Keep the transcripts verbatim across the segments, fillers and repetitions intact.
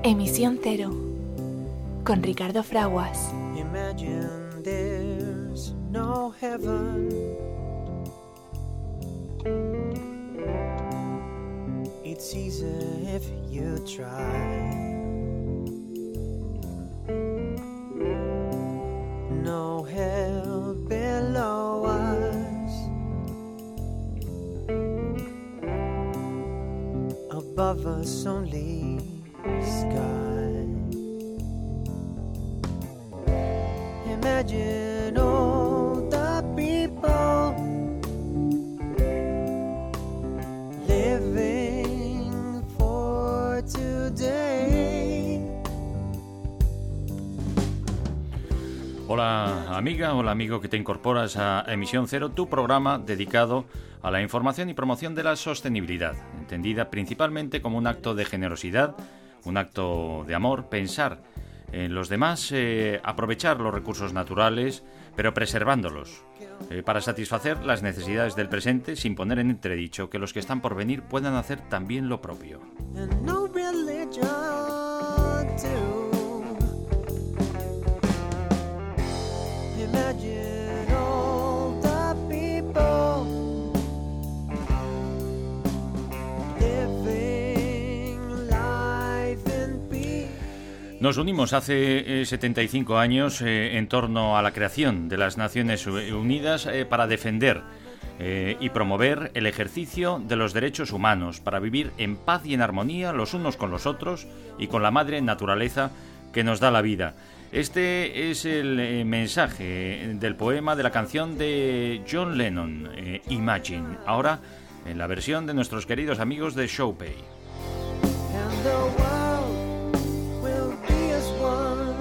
Emisión Cero, con Ricardo Fraguas. Imagine there's no heaven. It's easy if you try. No hell below us. Above us only sky. Imagine all the people living for today. Hola amiga, hola amigo que te incorporas a Emisión Cero, tu programa dedicado a la información y promoción de la sostenibilidad, entendida principalmente como un acto de generosidad, un acto de amor, pensar en los demás, eh, aprovechar los recursos naturales, pero preservándolos, eh, para satisfacer las necesidades del presente sin poner en entredicho que los que están por venir puedan hacer también lo propio. No religion too. Imagine all the people living life in peace. Nos unimos hace eh, setenta y cinco años eh, en torno a la creación de las Naciones Unidas eh, para defender eh, y promover el ejercicio de los derechos humanos, para vivir en paz y en armonía los unos con los otros y con la madre naturaleza que nos da la vida. Este es el eh, mensaje del poema de la canción de John Lennon, eh, Imagine, ahora en la versión de nuestros queridos amigos de Showpay. And the world will be as one.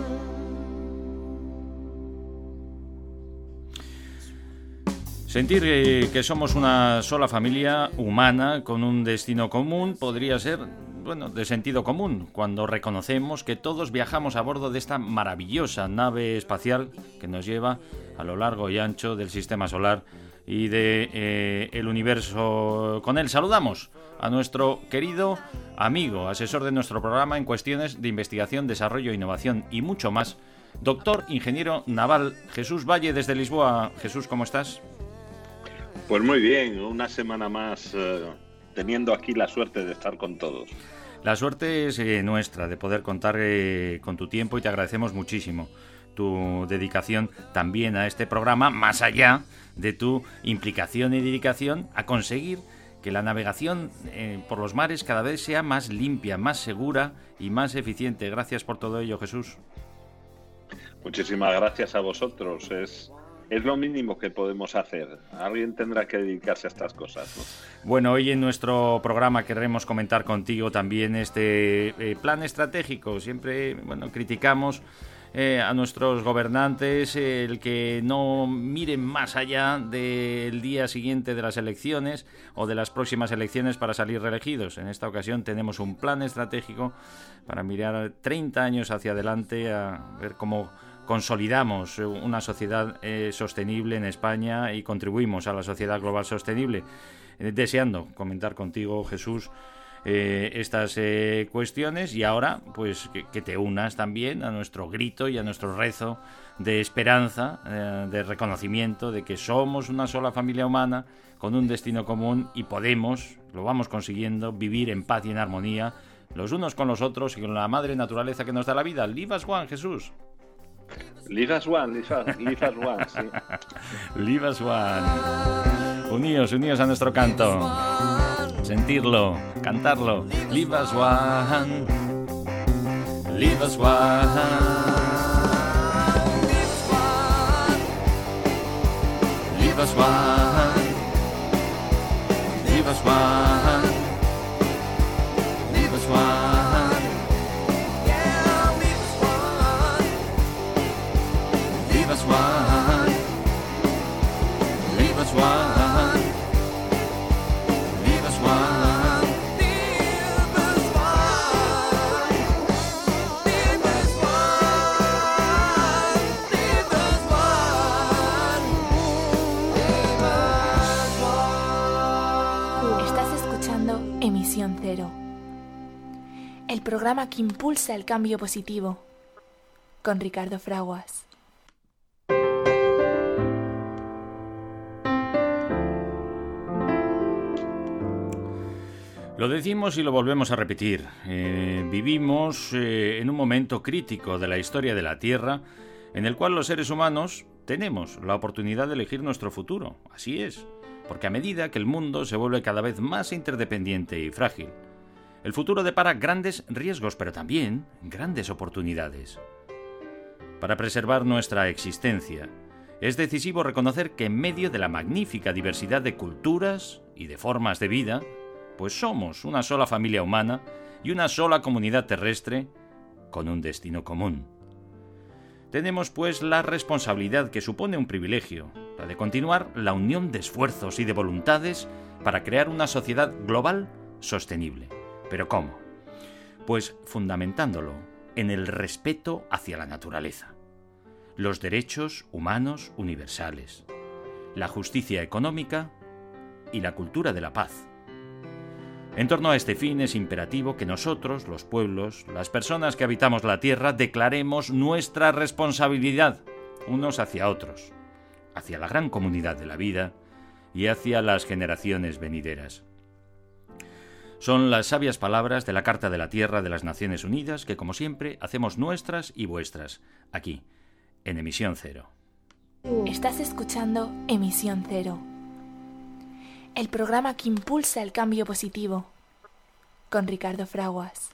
Sentir eh, que somos una sola familia humana con un destino común podría ser, bueno, de sentido común, cuando reconocemos que todos viajamos a bordo de esta maravillosa nave espacial que nos lleva a lo largo y ancho del sistema solar y de eh, el universo. Con él saludamos a nuestro querido amigo, asesor de nuestro programa en cuestiones de investigación, desarrollo, innovación y mucho más, doctor ingeniero naval Jesús Valle desde Lisboa. Jesús, ¿cómo estás? Pues muy bien, una semana más eh, teniendo aquí la suerte de estar con todos. La suerte es eh, nuestra de poder contar eh, con tu tiempo y te agradecemos muchísimo tu dedicación también a este programa, más allá de tu implicación y dedicación a conseguir que la navegación eh, por los mares cada vez sea más limpia, más segura y más eficiente. Gracias por todo ello, Jesús. Muchísimas gracias a vosotros. Es, es lo mínimo que podemos hacer. Alguien tendrá que dedicarse a estas cosas, ¿no? Bueno, hoy en nuestro programa querremos comentar contigo también este eh, plan estratégico. Siempre, bueno, criticamos Eh, a nuestros gobernantes eh, el que no miren más allá del día siguiente de las elecciones o de las próximas elecciones para salir reelegidos. En esta ocasión tenemos un plan estratégico para mirar treinta años hacia adelante, a ver cómo consolidamos una sociedad eh, sostenible en España y contribuimos a la sociedad global sostenible. Eh, deseando comentar contigo, Jesús, Eh, estas eh, cuestiones y ahora pues que, que te unas también a nuestro grito y a nuestro rezo de esperanza, eh, de reconocimiento de que somos una sola familia humana con un destino común y podemos, lo vamos consiguiendo, vivir en paz y en armonía los unos con los otros y con la madre naturaleza que nos da la vida. Live as one, Jesús. Live as one, live as, live as one, sí. Live as one. Uníos, uníos a nuestro canto. Sentirlo, cantarlo. Live as one. Live as one. Live as one. Live as one. Live as one. Yeah, live as one. Live as one. Live as one. Estás escuchando Emisión Cero. El programa que impulsa el cambio positivo. Con Ricardo Fraguas. Lo decimos y lo volvemos a repetir. Eh, vivimos eh, en un momento crítico de la historia de la Tierra en el cual los seres humanos tenemos la oportunidad de elegir nuestro futuro. Así es, porque a medida que el mundo se vuelve cada vez más interdependiente y frágil, el futuro depara grandes riesgos, pero también grandes oportunidades. Para preservar nuestra existencia, es decisivo reconocer que en medio de la magnífica diversidad de culturas y de formas de vida, pues somos una sola familia humana y una sola comunidad terrestre con un destino común. Tenemos pues la responsabilidad que supone un privilegio, la de continuar la unión de esfuerzos y de voluntades para crear una sociedad global sostenible. ¿Pero cómo? Pues fundamentándolo en el respeto hacia la naturaleza, los derechos humanos universales, la justicia económica y la cultura de la paz. En torno a este fin es imperativo que nosotros, los pueblos, las personas que habitamos la Tierra, declaremos nuestra responsabilidad unos hacia otros, hacia la gran comunidad de la vida y hacia las generaciones venideras. Son las sabias palabras de la Carta de la Tierra de las Naciones Unidas que, como siempre, hacemos nuestras y vuestras, aquí, en Emisión Cero. Estás escuchando Emisión Cero. El programa que impulsa el cambio positivo. Con Ricardo Fraguas.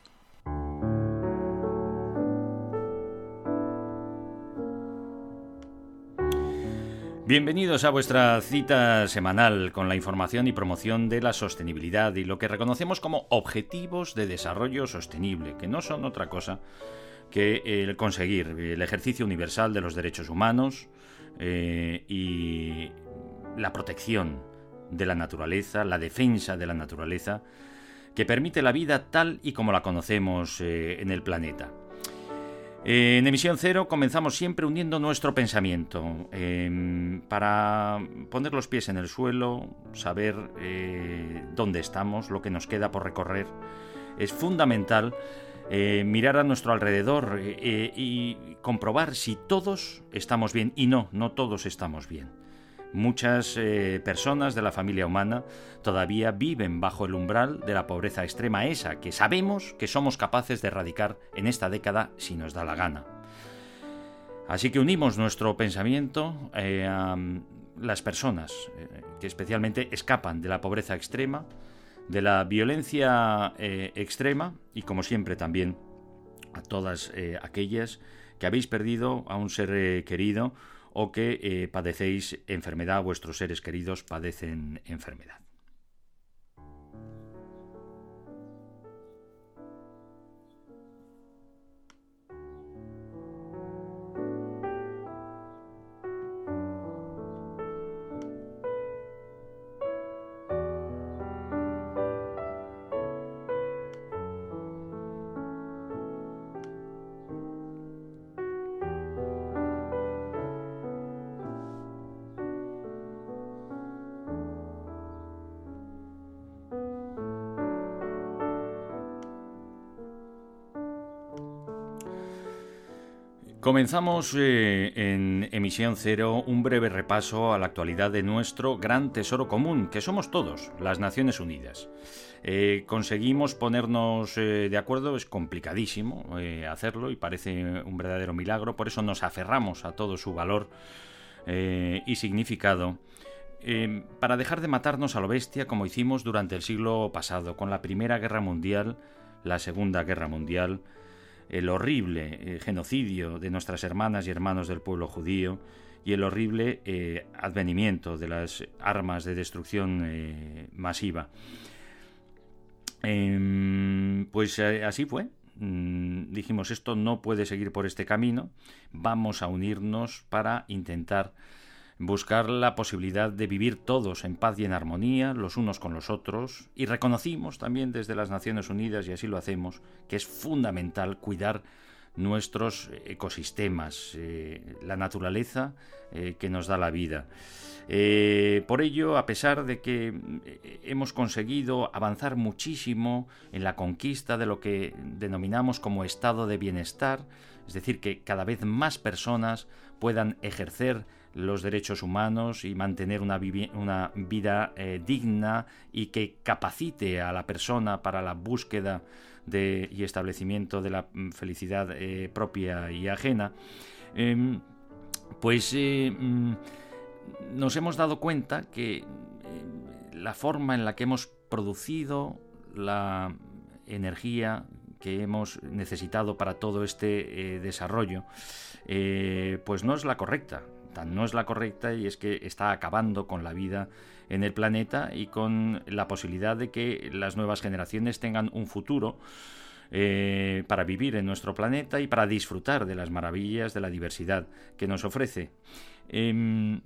Bienvenidos a vuestra cita semanal con la información y promoción de la sostenibilidad y lo que reconocemos como objetivos de desarrollo sostenible, que no son otra cosa que el conseguir el ejercicio universal de los derechos humanos eh, y la protección de la naturaleza, la defensa de la naturaleza, que permite la vida tal y como la conocemos eh, en el planeta. Eh, en Emisión Cero comenzamos siempre uniendo nuestro pensamiento eh, para poner los pies en el suelo, saber eh, dónde estamos, lo que nos queda por recorrer. Es fundamental eh, mirar a nuestro alrededor eh, y comprobar si todos estamos bien. Y no, no todos estamos bien. Muchas eh, personas de la familia humana todavía viven bajo el umbral de la pobreza extrema, esa que sabemos que somos capaces de erradicar en esta década si nos da la gana. Así que unimos nuestro pensamiento eh, a las personas eh, que especialmente escapan de la pobreza extrema, de la violencia eh, extrema y, como siempre, también a todas eh, aquellas que habéis perdido a un ser eh, querido o que eh, padecéis enfermedad, vuestros seres queridos padecen enfermedad. Comenzamos eh, en Emisión Cero un breve repaso a la actualidad de nuestro gran tesoro común, que somos todos, las Naciones Unidas. Eh, conseguimos ponernos eh, de acuerdo, es complicadísimo eh, hacerlo y parece un verdadero milagro, por eso nos aferramos a todo su valor eh, y significado, eh, para dejar de matarnos a lo bestia como hicimos durante el siglo pasado, con la Primera Guerra Mundial, la Segunda Guerra Mundial, el horrible eh, genocidio de nuestras hermanas y hermanos del pueblo judío y el horrible eh, advenimiento de las armas de destrucción eh, masiva. Eh, pues eh, así fue. Mm, dijimos, esto no puede seguir por este camino, vamos a unirnos para intentar buscar la posibilidad de vivir todos en paz y en armonía, los unos con los otros, y reconocimos también desde las Naciones Unidas, y así lo hacemos, que es fundamental cuidar nuestros ecosistemas, eh, la naturaleza eh, que nos da la vida. Eh, por ello, a pesar de que hemos conseguido avanzar muchísimo en la conquista de lo que denominamos como estado de bienestar, es decir, que cada vez más personas puedan ejercer los derechos humanos y mantener una, vivi- una vida eh, digna y que capacite a la persona para la búsqueda de, y establecimiento de la mm, felicidad eh, propia y ajena, eh, pues eh, mm, nos hemos dado cuenta que eh, la forma en la que hemos producido la energía que hemos necesitado para todo este eh, desarrollo, eh, pues no es la correcta. No es la correcta y es que está acabando con la vida en el planeta y con la posibilidad de que las nuevas generaciones tengan un futuro eh, para vivir en nuestro planeta y para disfrutar de las maravillas de la diversidad que nos ofrece. Eh,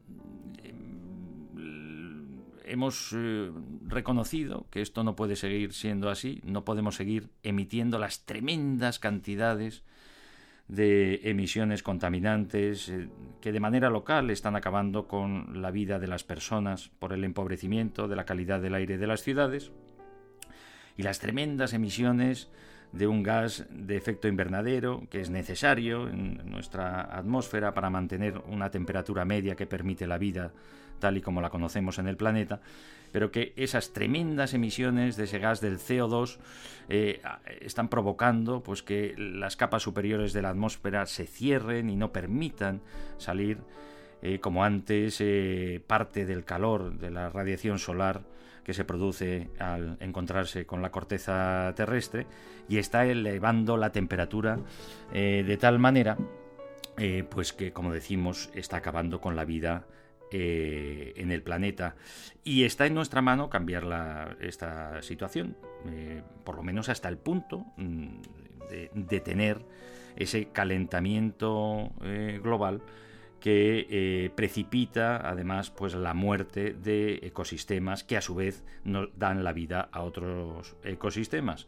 hemos eh, reconocido que esto no puede seguir siendo así, no podemos seguir emitiendo las tremendas cantidades de emisiones contaminantes eh, que de manera local están acabando con la vida de las personas por el empobrecimiento de la calidad del aire de las ciudades, y las tremendas emisiones de un gas de efecto invernadero que es necesario en nuestra atmósfera para mantener una temperatura media que permite la vida tal y como la conocemos en el planeta, pero que esas tremendas emisiones de ese gas del C O dos eh, están provocando pues que las capas superiores de la atmósfera se cierren y no permitan salir eh, como antes eh, parte del calor de la radiación solar que se produce al encontrarse con la corteza terrestre, y está elevando la temperatura eh, de tal manera eh, pues que, como decimos, está acabando con la vida Eh, en el planeta, y está en nuestra mano cambiar la, esta situación, eh, por lo menos hasta el punto mm, de detener ese calentamiento eh, global que eh, precipita además pues la muerte de ecosistemas que a su vez nos dan la vida a otros ecosistemas.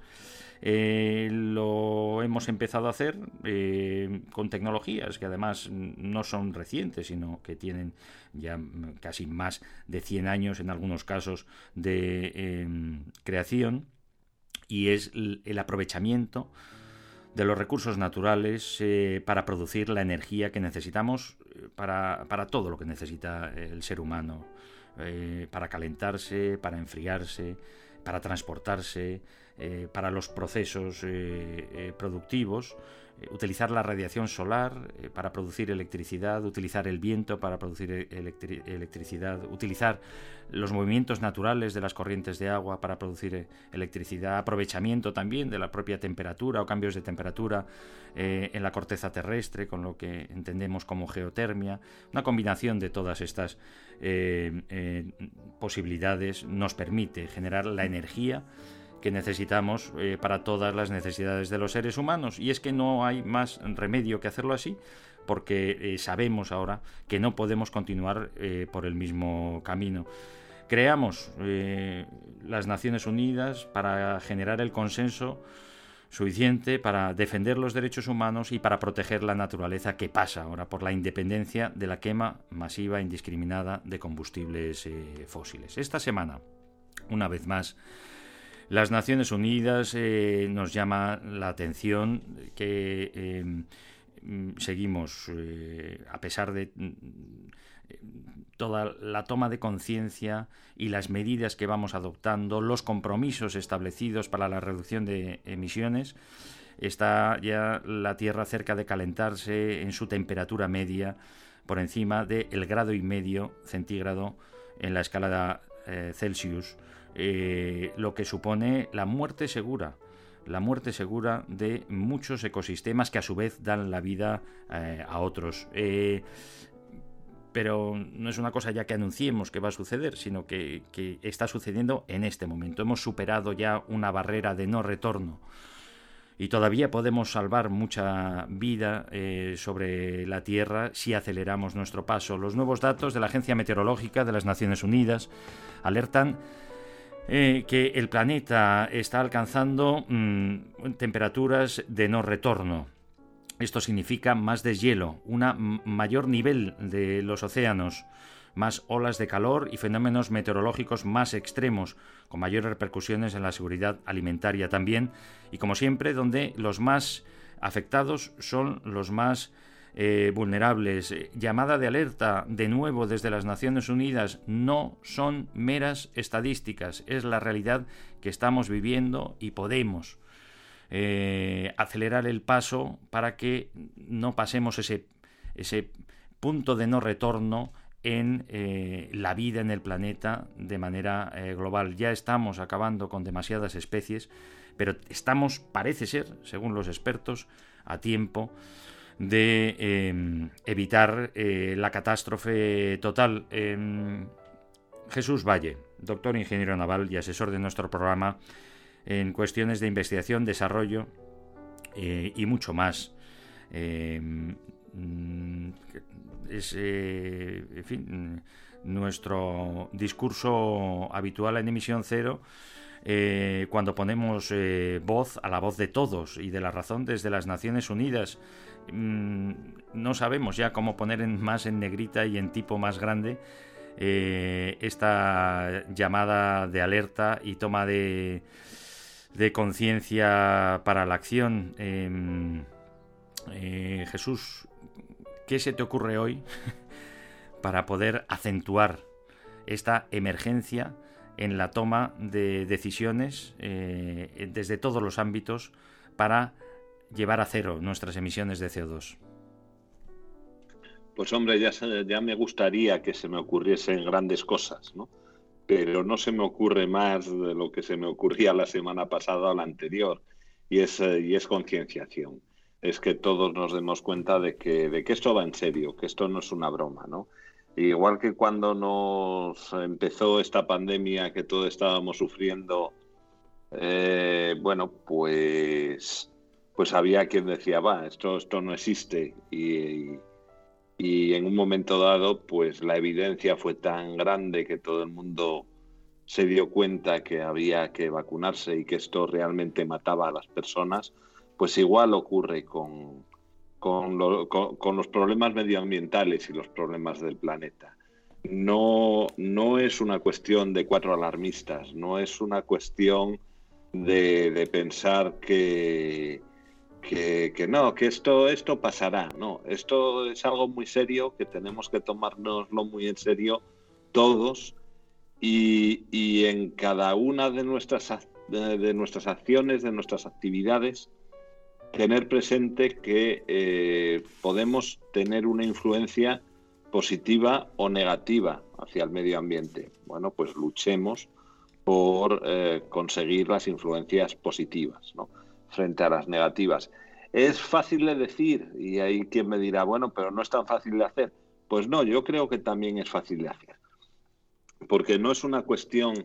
Eh, lo hemos empezado a hacer eh, con tecnologías que además no son recientes, sino que tienen ya casi más de cien años en algunos casos de eh, creación, y es el aprovechamiento de los recursos naturales eh, para producir la energía que necesitamos para, para todo lo que necesita el ser humano, eh, para calentarse, para enfriarse, para transportarse, eh, para los procesos eh, eh, productivos, eh, utilizar la radiación solar eh, para producir electricidad, utilizar el viento para producir electri- electricidad, utilizar los movimientos naturales de las corrientes de agua para producir electricidad, aprovechamiento también de la propia temperatura o cambios de temperatura eh, en la corteza terrestre, con lo que entendemos como geotermia. Una combinación de todas estas eh, eh, posibilidades nos permite generar la energía que necesitamos eh, para todas las necesidades de los seres humanos, y es que no hay más remedio que hacerlo así, porque eh, sabemos ahora que no podemos continuar eh, por el mismo camino. Creamos eh, las Naciones Unidas para generar el consenso suficiente para defender los derechos humanos y para proteger la naturaleza, que pasa ahora por la independencia de la quema masiva e indiscriminada de combustibles eh, fósiles. Esta semana, una vez más, las Naciones Unidas eh, nos llama la atención que eh, seguimos, eh, a pesar de eh, toda la toma de conciencia y las medidas que vamos adoptando, los compromisos establecidos para la reducción de emisiones, está ya la Tierra cerca de calentarse en su temperatura media por encima del grado y medio centígrado en la escala eh, Celsius, eh, lo que supone la muerte segura. la muerte segura de muchos ecosistemas que a su vez dan la vida eh, a otros. Eh, pero no es una cosa ya que anunciemos que va a suceder, sino que, que está sucediendo en este momento. Hemos superado ya una barrera de no retorno y todavía podemos salvar mucha vida eh, sobre la Tierra si aceleramos nuestro paso. Los nuevos datos de la Agencia Meteorológica de las Naciones Unidas alertan Eh, que el planeta está alcanzando mmm, temperaturas de no retorno. Esto significa más deshielo, un mayor nivel de los océanos, más olas de calor y fenómenos meteorológicos más extremos, con mayores repercusiones en la seguridad alimentaria también, y como siempre, donde los más afectados son los más eh, vulnerables. Llamada de alerta, de nuevo desde las Naciones Unidas, no son meras estadísticas, es la realidad que estamos viviendo y podemos eh, acelerar el paso para que no pasemos ese, ese punto de no retorno en eh, la vida en el planeta de manera eh, global. Ya estamos acabando con demasiadas especies, pero estamos, parece ser, según los expertos, a tiempo de eh, evitar eh, la catástrofe total. Eh, Jesús Valle, doctor ingeniero naval y asesor de nuestro programa en cuestiones de investigación, desarrollo eh, y mucho más. Eh, es, eh, en fin, nuestro discurso habitual en Emisión Cero, eh, cuando ponemos eh, voz a la voz de todos y de la razón desde las Naciones Unidas. Mm, no sabemos ya cómo poner en, más en negrita y en tipo más grande eh, esta llamada de alerta y toma de, de conciencia para la acción. Eh, eh, Jesús, ¿qué se te ocurre hoy para poder acentuar esta emergencia en la toma de decisiones eh, desde todos los ámbitos para llevar a cero nuestras emisiones de C O dos? Pues hombre, ya, ya me gustaría que se me ocurriesen grandes cosas, ¿no? Pero no se me ocurre más de lo que se me ocurría la semana pasada o la anterior, y es, y es concienciación. Es que todos nos demos cuenta de que, de que esto va en serio, que esto no es una broma, ¿no? Igual que cuando nos empezó esta pandemia que todos estábamos sufriendo, eh, bueno, pues, pues había quien decía, va, esto, esto no existe, y, y, y en un momento dado, pues la evidencia fue tan grande que todo el mundo se dio cuenta que había que vacunarse y que esto realmente mataba a las personas. Pues igual ocurre con, con, lo, con, con los problemas medioambientales y los problemas del planeta. No, no es una cuestión de cuatro alarmistas, no es una cuestión de, de pensar que, que, que no, que esto, esto pasará. No, esto es algo muy serio, que tenemos que tomárnoslo muy en serio todos, y, y en cada una de nuestras, de, de nuestras acciones, de nuestras actividades, tener presente que eh, podemos tener una influencia positiva o negativa hacia el medio ambiente. Bueno, pues luchemos por eh, conseguir las influencias positivas, ¿no?, frente a las negativas. Es fácil de decir, y hay quien me dirá, bueno, pero no es tan fácil de hacer. Pues no, yo creo que también es fácil de hacer, porque no es una cuestión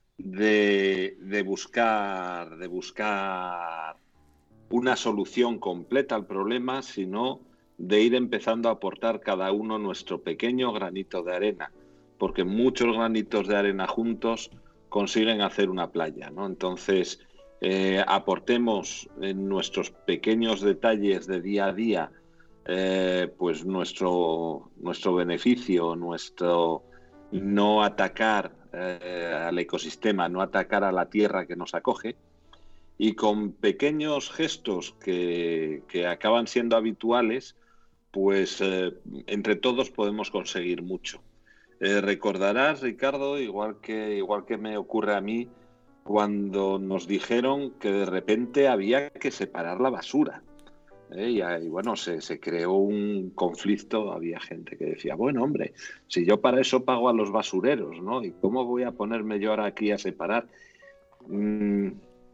de, de buscar, de buscar una solución completa al problema, sino de ir empezando a aportar cada uno nuestro pequeño granito de arena, porque muchos granitos de arena juntos consiguen hacer una playa, ¿no? Entonces, eh, aportemos en nuestros pequeños detalles de día a día eh, pues nuestro, nuestro beneficio, nuestro no atacar eh, al ecosistema, no atacar a la tierra que nos acoge. Y con pequeños gestos que, que acaban siendo habituales, pues eh, entre todos podemos conseguir mucho. Eh, recordarás, Ricardo, igual que, igual que me ocurre a mí, cuando nos dijeron que de repente había que separar la basura. ¿eh? Y, y bueno, se, se creó un conflicto, había gente que decía, bueno, hombre, si yo para eso pago a los basureros, ¿no? ¿Y cómo voy a ponerme yo ahora aquí a separar? Mm,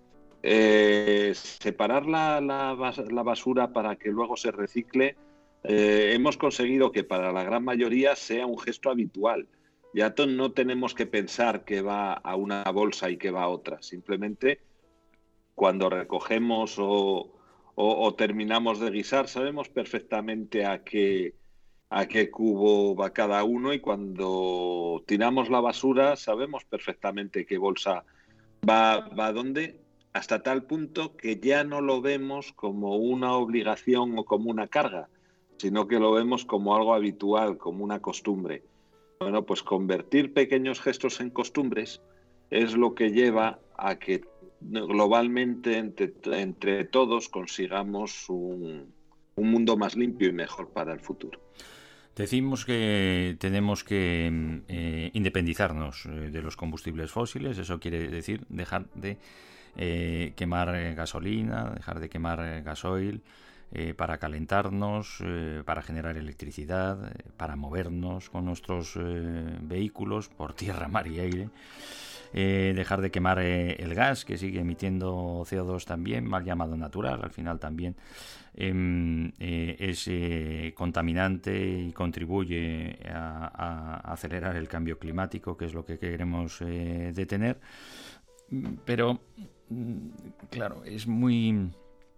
Eh, separar la, la, la basura para que luego se recicle, eh, hemos conseguido que para la gran mayoría sea un gesto habitual. Ya no tenemos que pensar que va a una bolsa y que va a otra. Simplemente cuando recogemos o, o, o terminamos de guisar, sabemos perfectamente a qué, a qué cubo va cada uno, y cuando tiramos la basura sabemos perfectamente qué bolsa va, va a dónde. hasta tal punto que ya no lo vemos como una obligación o como una carga, sino que lo vemos como algo habitual, como una costumbre. Bueno, pues convertir pequeños gestos en costumbres es lo que lleva a que globalmente entre, entre todos consigamos un, un mundo más limpio y mejor para el futuro. Decimos que tenemos que eh, independizarnos eh, de los combustibles fósiles. Eso quiere decir dejar de eh, quemar gasolina, dejar de quemar gasoil eh, para calentarnos, eh, para generar electricidad, eh, para movernos con nuestros eh, vehículos por tierra, mar y aire. Eh, dejar de quemar eh, el gas, que sigue emitiendo C O dos también, mal llamado natural, al final también eh, eh, es eh, contaminante y contribuye a, a acelerar el cambio climático, que es lo que queremos eh, detener. Pero, claro, es muy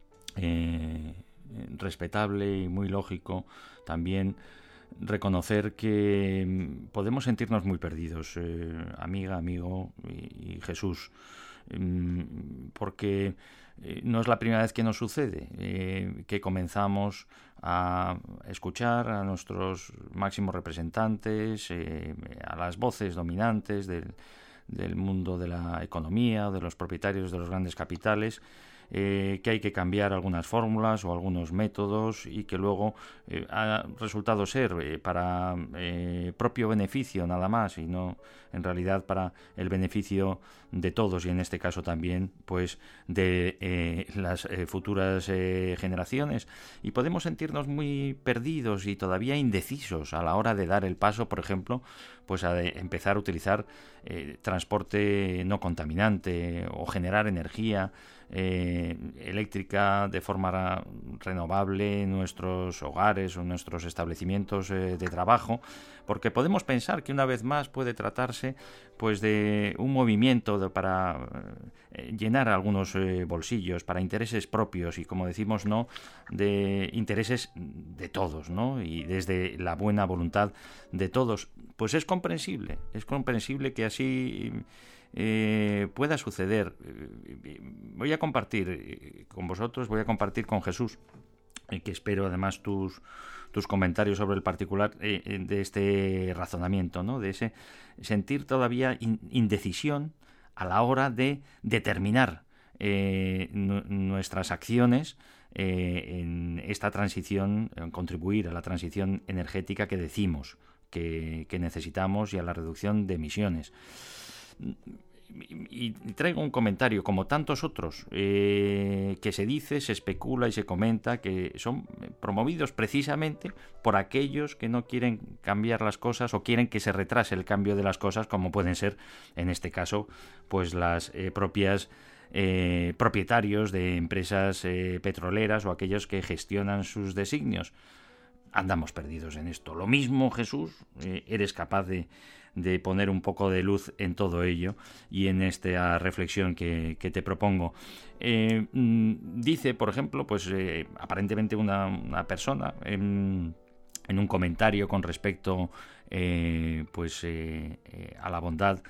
eh, respetable y muy lógico también reconocer que podemos sentirnos muy perdidos, eh, amiga, amigo y, y Jesús, eh, porque eh, no es la primera vez que nos sucede, eh, que comenzamos a escuchar a nuestros máximos representantes, eh, a las voces dominantes del, del mundo de la economía o de los propietarios de los grandes capitales, Eh, que hay que cambiar algunas fórmulas o algunos métodos y que luego eh, ha resultado ser eh, para eh, propio beneficio nada más y no en realidad para el beneficio de todos y en este caso también pues de eh, las eh, futuras eh, generaciones, y podemos sentirnos muy perdidos y todavía indecisos a la hora de dar el paso, por ejemplo, pues a de empezar a utilizar eh, transporte no contaminante o generar energía Eh, eléctrica de forma renovable en nuestros hogares o en nuestros establecimientos eh, de trabajo, porque podemos pensar que una vez más puede tratarse pues de un movimiento de, para eh, llenar algunos eh, bolsillos para intereses propios y, como decimos, no de intereses de todos, ¿no? Y desde la buena voluntad de todos, pues es comprensible, es comprensible que así Eh, pueda suceder. Voy a compartir eh, con vosotros, voy a compartir con Jesús, eh, que espero además tus tus comentarios sobre el particular eh, de este razonamiento, ¿no? De ese sentir todavía in, indecisión a la hora de determinar eh, nu- nuestras acciones eh, en esta transición, en contribuir a la transición energética que decimos que, que necesitamos y a la reducción de emisiones. Y traigo un comentario, como tantos otros, eh, que se dice, se especula y se comenta que son promovidos precisamente por aquellos que no quieren cambiar las cosas o quieren que se retrase el cambio de las cosas, como pueden ser, en este caso, pues las eh, propias eh, propietarios de empresas eh, petroleras o aquellos que gestionan sus designios. Andamos perdidos en esto. Lo mismo, Jesús, eh, eres capaz de, de poner un poco de luz en todo ello y en esta reflexión que, que te propongo. Eh, dice, por ejemplo, pues eh, aparentemente una, una persona en, en un comentario con respecto eh, pues eh, eh, a la bondad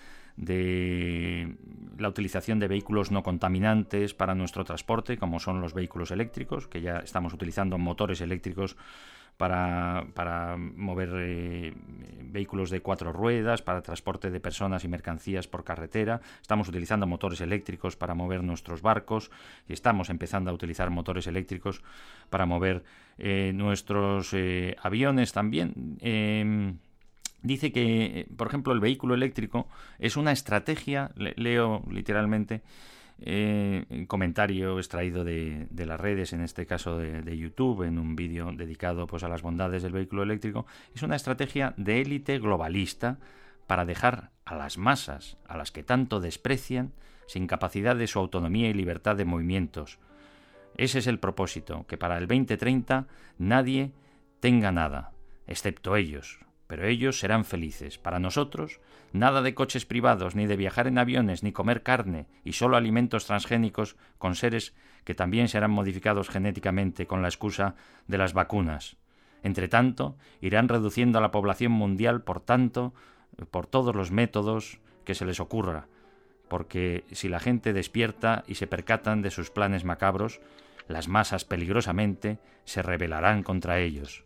de la utilización de vehículos no contaminantes para nuestro transporte, como son los vehículos eléctricos, que ya estamos utilizando motores eléctricos para, para mover eh, vehículos de cuatro ruedas, para transporte de personas y mercancías por carretera. Estamos utilizando motores eléctricos para mover nuestros barcos y estamos empezando a utilizar motores eléctricos para mover eh, nuestros eh, aviones también. Eh, dice que, por ejemplo, el vehículo eléctrico es una estrategia, le, leo literalmente, Eh, un comentario extraído de, de las redes, en este caso de, de YouTube, en un vídeo dedicado pues a las bondades del vehículo eléctrico. Es una estrategia de élite globalista para dejar a las masas, a las que tanto desprecian, sin capacidad de su autonomía y libertad de movimientos. Ese es el propósito, que para el veinte treinta nadie tenga nada, excepto ellos. Pero ellos serán felices. Para nosotros, nada de coches privados, ni de viajar en aviones, ni comer carne, y solo alimentos transgénicos con seres que también serán modificados genéticamente con la excusa de las vacunas. Entre tanto, irán reduciendo a la población mundial, por tanto, por todos los métodos que se les ocurra. porque si la gente despierta y se percatan de sus planes macabros, las masas peligrosamente se rebelarán contra ellos.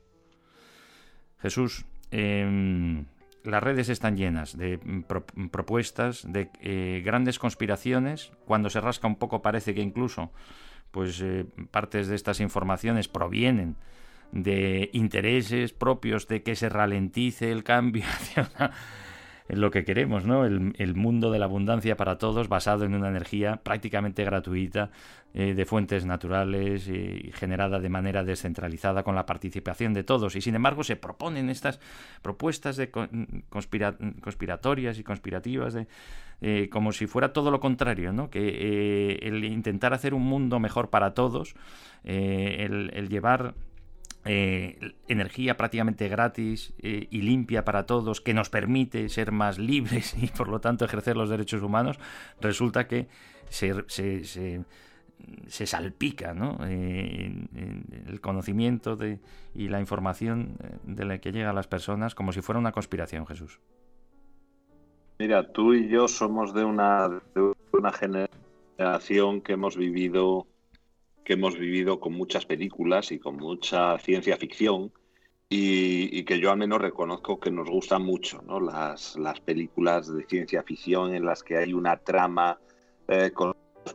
Jesús, eh, las redes están llenas de pro propuestas, de eh, grandes conspiraciones. Cuando se rasca un poco parece que incluso pues, eh, partes de estas informaciones provienen de intereses propios de que se ralentice el cambio hacia una, en lo que queremos, ¿no? El, el mundo de la abundancia para todos, basado en una energía prácticamente gratuita, eh, de fuentes naturales y eh, generada de manera descentralizada con la participación de todos. Y sin embargo se proponen estas propuestas de conspira conspiratorias y conspirativas de, eh, como si fuera todo lo contrario, ¿no? Que eh, el intentar hacer un mundo mejor para todos, eh, el, el llevar Eh, energía prácticamente gratis eh, y limpia para todos, que nos permite ser más libres y por lo tanto ejercer los derechos humanos, resulta que se, se, se, se salpica, ¿no? eh, en, en el conocimiento de, y la información de la que llega a las personas como si fuera una conspiración, Jesús. Mira, tú y yo somos de una, de una generación que hemos vivido que hemos vivido con muchas películas y con mucha ciencia ficción y, y que yo al menos reconozco que nos gustan mucho, ¿no? Las, las películas de ciencia ficción en las que hay una trama eh, con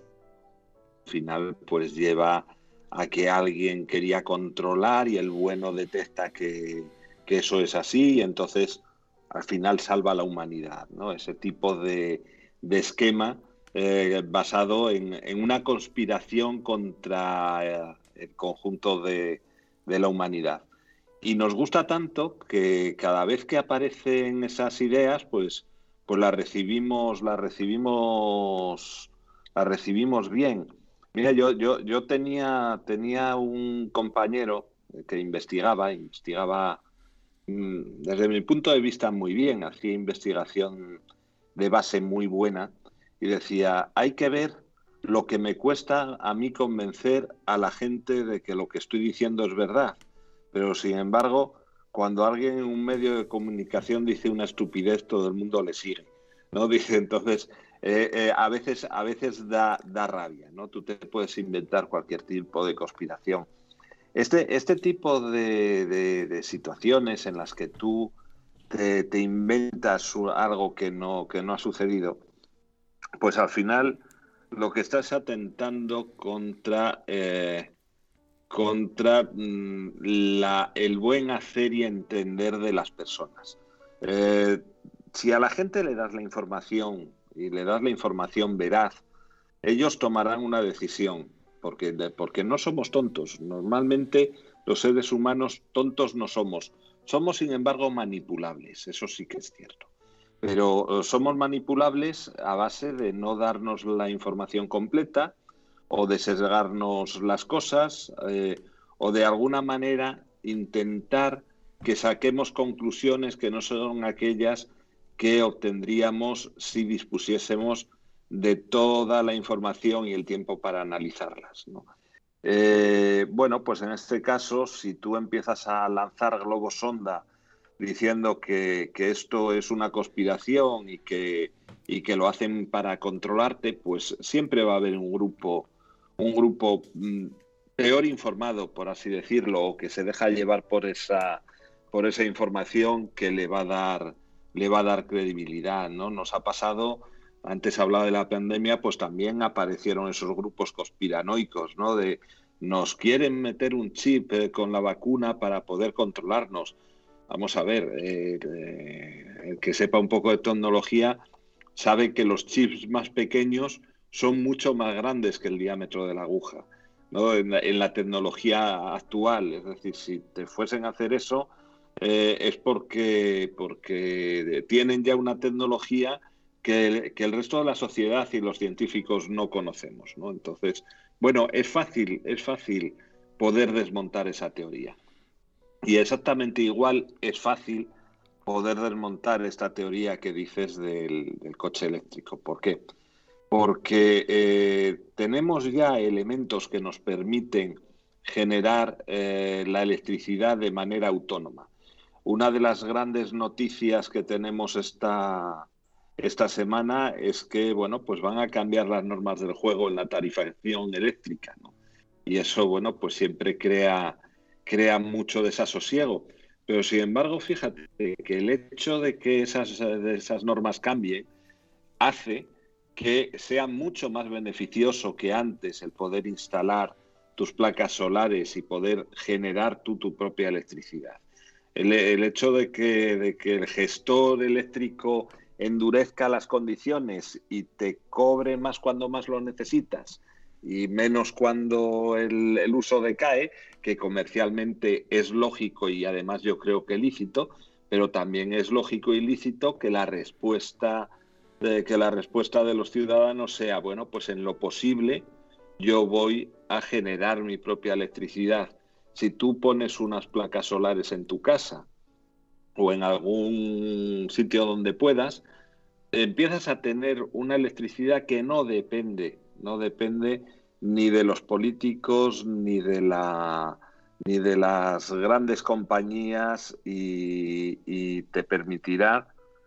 al final pues lleva a que alguien quería controlar y el bueno detecta que, que eso es así y entonces al final salva a la humanidad, ¿no? Ese tipo de, de esquema Eh, basado en, en una conspiración contra eh, el conjunto de, de la humanidad. Y nos gusta tanto que cada vez que aparecen esas ideas, pues, pues las recibimos, las recibimos, las recibimos bien. Mira, yo, yo, yo tenía, tenía un compañero que investigaba, investigaba mmm, desde mi punto de vista muy bien, hacía investigación de base muy buena. Y decía, hay que ver lo que me cuesta a mí convencer a la gente de que lo que estoy diciendo es verdad. Pero, sin embargo, cuando alguien en un medio de comunicación dice una estupidez, todo el mundo le sigue, ¿no? Dice, entonces, eh, eh, a veces, a veces da, da rabia, ¿no? Tú te puedes inventar cualquier tipo de conspiración. Este, este tipo de, de, de situaciones en las que tú te, te inventas algo que no, que no ha sucedido, pues al final lo que estás atentando contra, eh, contra mm, la, el buen hacer y entender de las personas. Eh, si a la gente le das la información y le das la información veraz, ellos tomarán una decisión, porque, porque no somos tontos. Normalmente los seres humanos tontos no somos. Somos, sin embargo, manipulables, eso sí que es cierto. Pero somos manipulables a base de no darnos la información completa o de sesgarnos las cosas eh, o de alguna manera intentar que saquemos conclusiones que no son aquellas que obtendríamos si dispusiésemos de toda la información y el tiempo para analizarlas, ¿no? Eh, bueno, pues en este caso, si tú empiezas a lanzar globos sonda diciendo que, que esto es una conspiración y que, y que lo hacen para controlarte, pues siempre va a haber un grupo, un grupo mmm, peor informado, por así decirlo, o que se deja llevar por esa, por esa información que le va a dar, le va a dar credibilidad, ¿no? Nos ha pasado, antes hablaba de la pandemia, pues también aparecieron esos grupos conspiranoicos, ¿no? De nos quieren meter un chip eh, con la vacuna para poder controlarnos. Vamos a ver, eh, eh, el que sepa un poco de tecnología sabe que los chips más pequeños son mucho más grandes que el diámetro de la aguja, ¿no? En la, en la tecnología actual. Es decir, si te fuesen a hacer eso, eh, es porque, porque tienen ya una tecnología que, que el resto de la sociedad y los científicos no conocemos, ¿no? Entonces, bueno, es fácil, es fácil poder desmontar esa teoría. Y exactamente igual es fácil poder desmontar esta teoría que dices del, del coche eléctrico. ¿Por qué? Porque eh, tenemos ya elementos que nos permiten generar eh, la electricidad de manera autónoma. Una de las grandes noticias que tenemos esta, esta semana es que, bueno, pues van a cambiar las normas del juego en la tarifación eléctrica, ¿no? Y eso, bueno, pues siempre crea, crea mucho desasosiego. Pero, sin embargo, fíjate que el hecho de que esas, de esas normas cambien hace que sea mucho más beneficioso que antes el poder instalar tus placas solares y poder generar tú tu propia electricidad. El, el hecho de que, de que el gestor eléctrico endurezca las condiciones y te cobre más cuando más lo necesitas y menos cuando el, el uso decae, que comercialmente es lógico y además yo creo que lícito, pero también es lógico y lícito que la respuesta de, que la respuesta de los ciudadanos sea, bueno, pues en lo posible yo voy a generar mi propia electricidad. Si tú pones unas placas solares en tu casa o en algún sitio donde puedas, empiezas a tener una electricidad que no depende, no depende ni de los políticos ni de la ni de las grandes compañías y, y te permitirá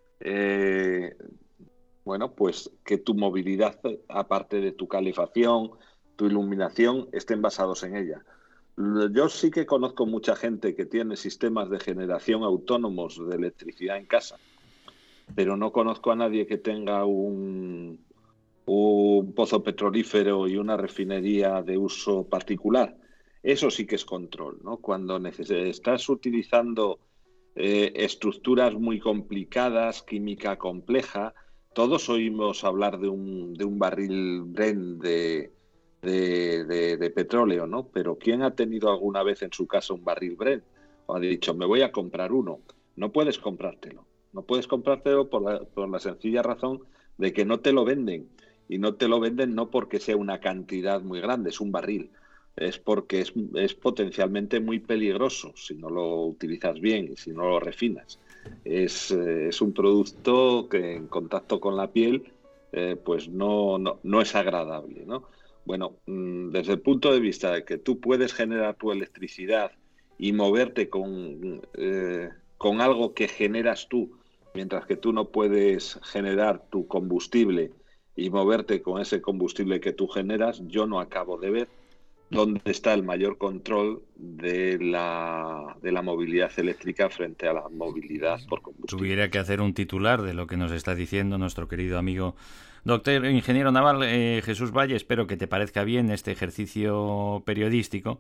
eh, bueno, pues que tu movilidad, aparte de tu calefacción, tu iluminación, estén basados en ella. Yo sí que conozco mucha gente que tiene sistemas de generación autónomos de electricidad en casa, pero no conozco a nadie que tenga un, un pozo petrolífero y una refinería de uso particular. Eso sí que es control, ¿no? Cuando neces- estás utilizando eh, estructuras muy complicadas, química compleja, todos oímos hablar de un, de un barril Brent de, de, de, de petróleo, ¿no? Pero ¿quién ha tenido alguna vez en su casa un barril Brent? O ha dicho, me voy a comprar uno. No puedes comprártelo. No puedes comprártelo por la, por la sencilla razón de que no te lo venden. Y no te lo venden no porque sea una cantidad muy grande, es un barril. Es porque es, es potencialmente muy peligroso si no lo utilizas bien y si no lo refinas. Es, eh, es un producto que en contacto con la piel eh, pues no, no, no es agradable, ¿no? Bueno, mmm, desde el punto de vista de que tú puedes generar tu electricidad y moverte con, eh, con algo que generas tú, mientras que tú no puedes generar tu combustible y moverte con ese combustible que tú generas, yo no acabo de ver dónde está el mayor control de la, de la movilidad eléctrica frente a la movilidad por combustible. Tuviera que hacer un titular de lo que nos está diciendo nuestro querido amigo doctor ingeniero naval eh, Jesús Valle. Espero que te parezca bien este ejercicio periodístico,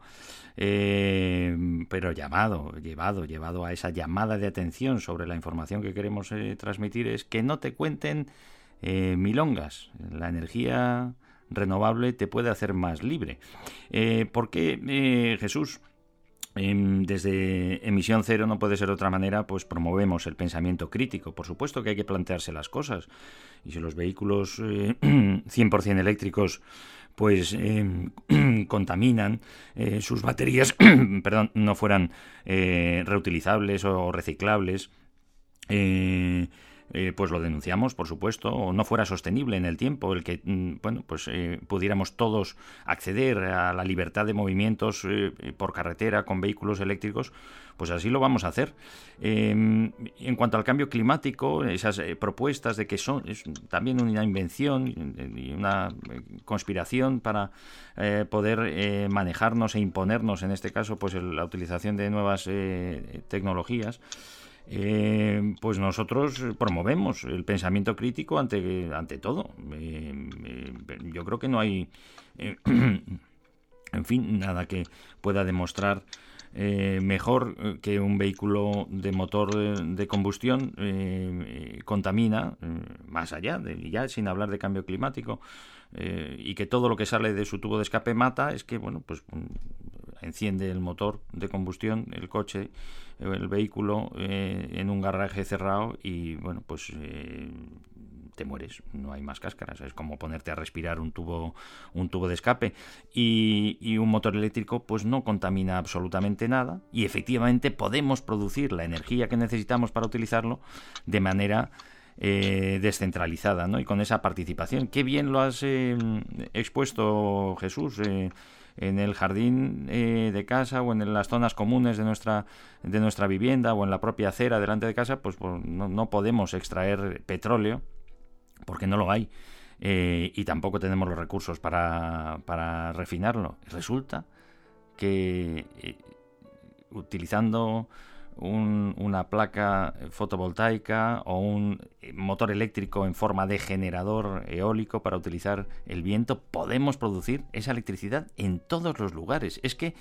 eh, pero llamado, llevado, llevado a esa llamada de atención sobre la información que queremos eh, transmitir, es que no te cuenten eh, milongas. La energía renovable te puede hacer más libre. Eh, ¿Por qué, eh, Jesús? Eh, desde Emisión Cero no puede ser de otra manera, pues promovemos el pensamiento crítico. Por supuesto que hay que plantearse las cosas. Y si los vehículos eh, cien por ciento eléctricos pues eh, contaminan, eh, sus baterías perdón, no fueran eh, reutilizables o reciclables, eh, Eh, pues lo denunciamos, por supuesto, o no fuera sostenible en el tiempo el que, bueno, pues eh, pudiéramos todos acceder a la libertad de movimientos eh, por carretera con vehículos eléctricos, pues así lo vamos a hacer. Eh, en cuanto al cambio climático, esas eh, propuestas de que son es también una invención y una conspiración para eh, poder eh, manejarnos e imponernos, en este caso, pues el, la utilización de nuevas eh, tecnologías. Eh, pues nosotros promovemos el pensamiento crítico ante, ante todo. Eh, eh, yo creo que no hay, eh, en fin, nada que pueda demostrar eh, mejor que un vehículo de motor de, de combustión eh, contamina, eh, más allá, de, ya sin hablar de cambio climático, eh, y que todo lo que sale de su tubo de escape mata, es que, bueno, pues enciende el motor de combustión, el coche, el vehículo eh, en un garaje cerrado y, bueno, pues eh, te mueres, no hay más cáscaras. Es como ponerte a respirar un tubo un tubo de escape. Y, y un motor eléctrico pues no contamina absolutamente nada y efectivamente podemos producir la energía que necesitamos para utilizarlo de manera eh, descentralizada, ¿no? Y con esa participación. Qué bien lo has eh, expuesto, Jesús. Eh, en el jardín eh, de casa o en las zonas comunes de nuestra de nuestra vivienda o en la propia acera delante de casa, pues, pues no, no podemos extraer petróleo porque no lo hay, eh, y tampoco tenemos los recursos para, para refinarlo. Resulta que eh, utilizando un, una placa fotovoltaica o un motor eléctrico en forma de generador eólico para utilizar el viento, podemos producir esa electricidad en todos los lugares. Es que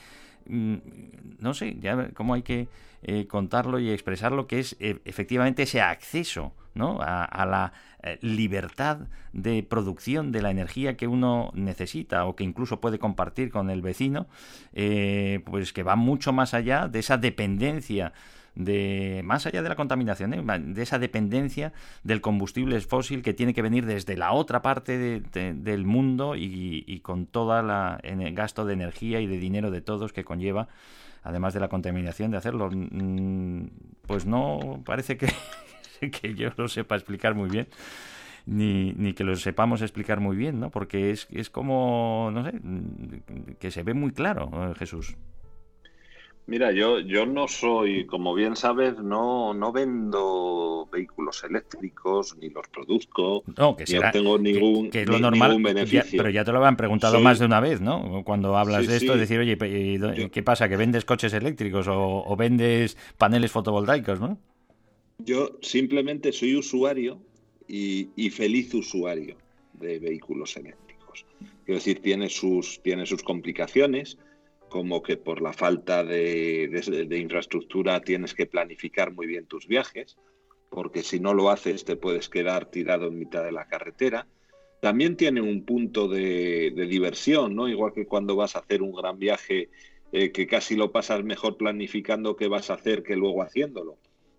no sé ya cómo hay que eh, contarlo y expresarlo, que es eh, efectivamente ese acceso, ¿no?, a, a la eh, libertad de producción de la energía que uno necesita o que incluso puede compartir con el vecino, eh, pues que va mucho más allá de esa dependencia, de más allá de la contaminación, ¿eh? de esa dependencia del combustible fósil que tiene que venir desde la otra parte de, de, del mundo y, y con toda la en el gasto de energía y de dinero de todos que conlleva, además de la contaminación de hacerlo. Pues no parece que, que yo lo sepa explicar muy bien, ni, ni que lo sepamos explicar muy bien, ¿no? Porque es, es como, no sé, que se ve muy claro, Jesús. Mira, yo, yo no soy, como bien sabes, no, no vendo vehículos eléctricos, ni los produzco, no, que ni será, obtengo ningún, que, que es lo ni, normal, ningún beneficio. Ya, pero ya te lo han preguntado soy... más de una vez, ¿no? Cuando hablas sí, de esto, sí. decir, oye, ¿qué yo... pasa? ¿Que vendes coches eléctricos o, o vendes paneles fotovoltaicos, no? Yo simplemente soy usuario y, y feliz usuario de vehículos eléctricos. Quiero decir, tiene sus, tiene sus complicaciones, como que por la falta de, de, de infraestructura tienes que planificar muy bien tus viajes, porque si no lo haces te puedes quedar tirado en mitad de la carretera. También tiene un punto de, de diversión, ¿no? Igual que cuando vas a hacer un gran viaje, eh, que casi lo pasas mejor planificando qué vas a hacer que luego haciéndolo.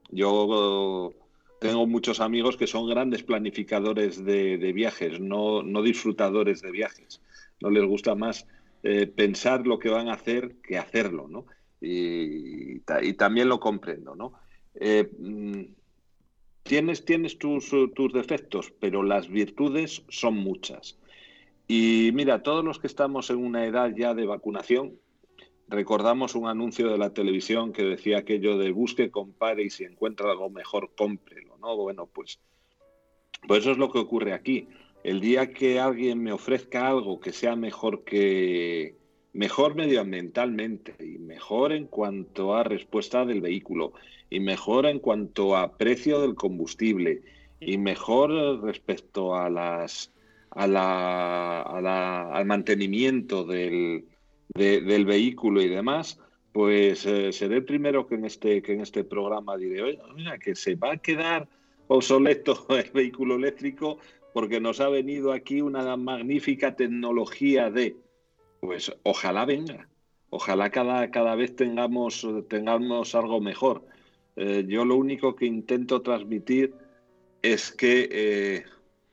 Yo tengo muchos amigos que son grandes planificadores de, de viajes, no, no disfrutadores de viajes. No les gusta más Eh, pensar lo que van a hacer que hacerlo, ¿no? Y, y también lo comprendo, ¿no? Eh, tienes tienes tus, tus defectos, pero las virtudes son muchas. Y mira, todos los que estamos en una edad ya de vacunación, recordamos un anuncio de la televisión que decía aquello de busque, compare y si encuentra algo mejor, cómprelo, ¿no? Bueno, pues, pues eso es lo que ocurre aquí. El día que alguien me ofrezca algo que sea mejor que mejor medioambientalmente y mejor en cuanto a respuesta del vehículo y mejor en cuanto a precio del combustible y mejor respecto a las a la, a la al mantenimiento del, de, del vehículo y demás, pues eh, seré el primero que en este que en este programa diré, oye, mira, que se va a quedar obsoleto el vehículo eléctrico porque nos ha venido aquí una magnífica tecnología de... Pues ojalá venga, ojalá cada, cada vez tengamos, tengamos algo mejor. Eh, yo lo único que intento transmitir es que eh,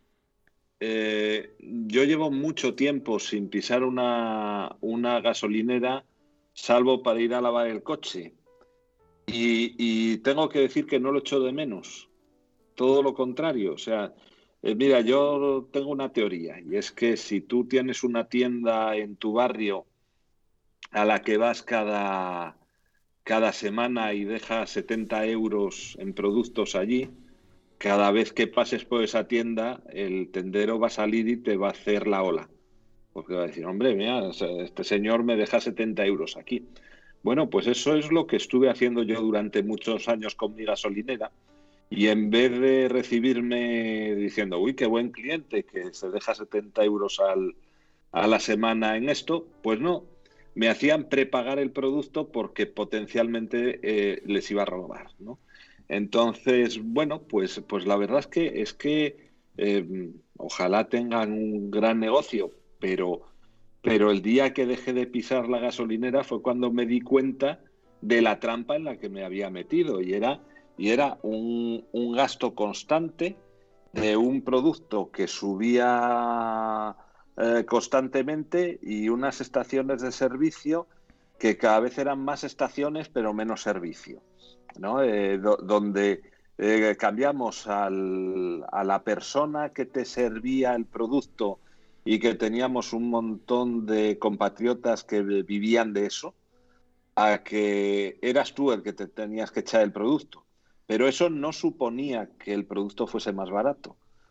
eh, yo llevo mucho tiempo sin pisar una, una gasolinera, salvo para ir a lavar el coche. Y, y tengo que decir que no lo echo de menos, todo lo contrario, o sea... Eh, mira, yo tengo una teoría y es que si tú tienes una tienda en tu barrio a la que vas cada, cada semana y dejas setenta euros en productos allí, cada vez que pases por esa tienda el tendero va a salir y te va a hacer la ola. Porque va a decir, hombre, mira, este señor me deja setenta euros aquí. Bueno, pues eso es lo que estuve haciendo yo durante muchos años con mi gasolinera. Y en vez de recibirme diciendo, uy, qué buen cliente, que se deja setenta euros al, a la semana en esto, pues no, me hacían prepagar el producto porque potencialmente eh, les iba a robar, ¿no? Entonces, bueno, pues, pues la verdad es que, es que eh, ojalá tengan un gran negocio, pero, pero el día que dejé de pisar la gasolinera fue cuando me di cuenta de la trampa en la que me había metido y era... Y era un, un gasto constante de un producto que subía eh, constantemente y unas estaciones de servicio que cada vez eran más estaciones pero menos servicio, ¿no? Eh, do, donde eh, cambiamos al, a la persona que te servía el producto y que teníamos un montón de compatriotas que vivían de eso, a que eras tú el que te tenías que echar el producto. Pero eso no suponía que el producto fuese más barato.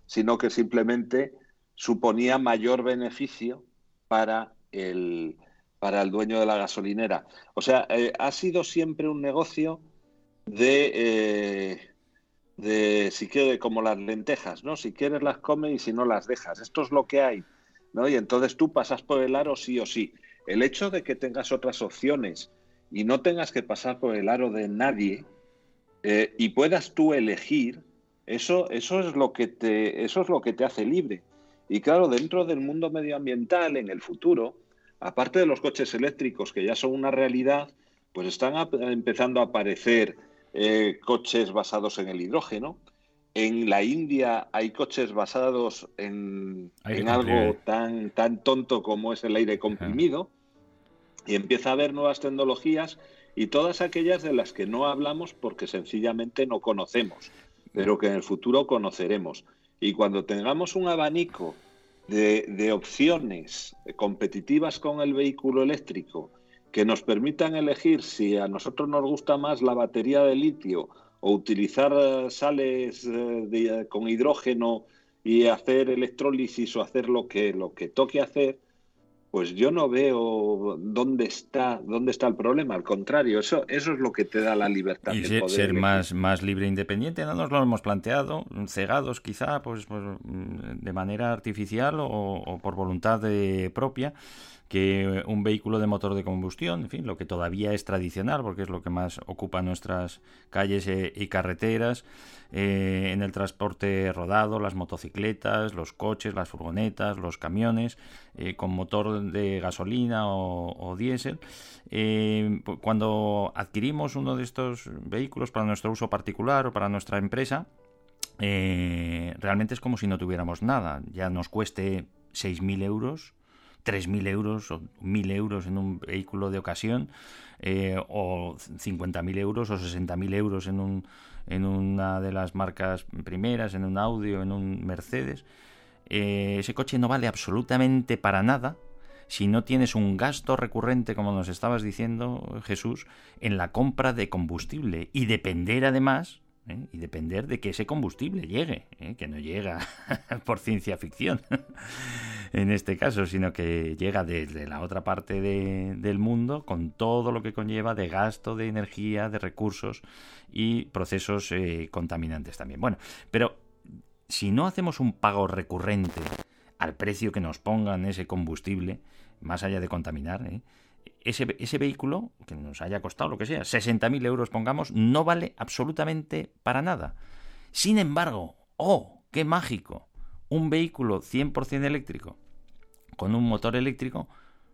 sino que simplemente suponía mayor beneficio para el, para el dueño de la gasolinera. O sea, eh, ha sido siempre un negocio de, eh, de si quieres, como las lentejas, ¿no? Si quieres las comes y si no las dejas. Esto es lo que hay, ¿no? Y entonces tú pasas por el aro sí o sí. El hecho de que tengas otras opciones y no tengas que pasar por el aro de nadie eh, y puedas tú elegir, eso, eso es lo que te, eso es lo que te hace libre. Y claro, dentro del mundo medioambiental, en el futuro, aparte de los coches eléctricos, que ya son una realidad, pues están a, empezando a aparecer eh, coches basados en el hidrógeno. En la India hay coches basados en, en algo tan, tan tonto como es el aire comprimido. Y empieza a haber nuevas tecnologías y todas aquellas de las que no hablamos porque sencillamente no conocemos, pero que en el futuro conoceremos. Y cuando tengamos un abanico de, de opciones competitivas con el vehículo eléctrico que nos permitan elegir si a nosotros nos gusta más la batería de litio o utilizar sales de, con hidrógeno y hacer electrólisis o hacer lo que, lo que toque hacer, pues yo no veo dónde está dónde está el problema. Al contrario, eso eso es lo que te da la libertad. Y de ser, poder ser elegir. más, más libre e independiente, no nos lo hemos planteado, cegados quizá pues, pues de manera artificial o, o por voluntad de, propia, que un vehículo de motor de combustión, en fin, lo que todavía es tradicional, porque es lo que más ocupa nuestras calles eh, y carreteras, eh, en el transporte rodado, las motocicletas, los coches, las furgonetas, los camiones, eh, con motor de gasolina o, o diésel. Eh, cuando adquirimos uno de estos vehículos para nuestro uso particular o para nuestra empresa, eh, realmente es como si no tuviéramos nada. Ya nos cueste seis mil euros, tres mil euros o mil euros en un vehículo de ocasión, eh, o cincuenta mil euros o sesenta mil euros en, un, en una de las marcas primeras, en un Audi o en un Mercedes. Eh, ese coche no vale absolutamente para nada si no tienes un gasto recurrente, como nos estabas diciendo, Jesús, en la compra de combustible y depender además... ¿Eh? y depender de que ese combustible llegue, ¿eh? que no llega por ciencia ficción en este caso, sino que llega desde la otra parte de, del mundo con todo lo que conlleva de gasto de energía, de recursos y procesos eh, contaminantes también. Bueno, pero si no hacemos un pago recurrente al precio que nos pongan ese combustible, más allá de contaminar, ¿eh? Ese, ese vehículo, que nos haya costado lo que sea, sesenta mil euros pongamos, no vale absolutamente para nada. Sin embargo, ¡oh, qué mágico! Un vehículo cien por ciento eléctrico, con un motor eléctrico,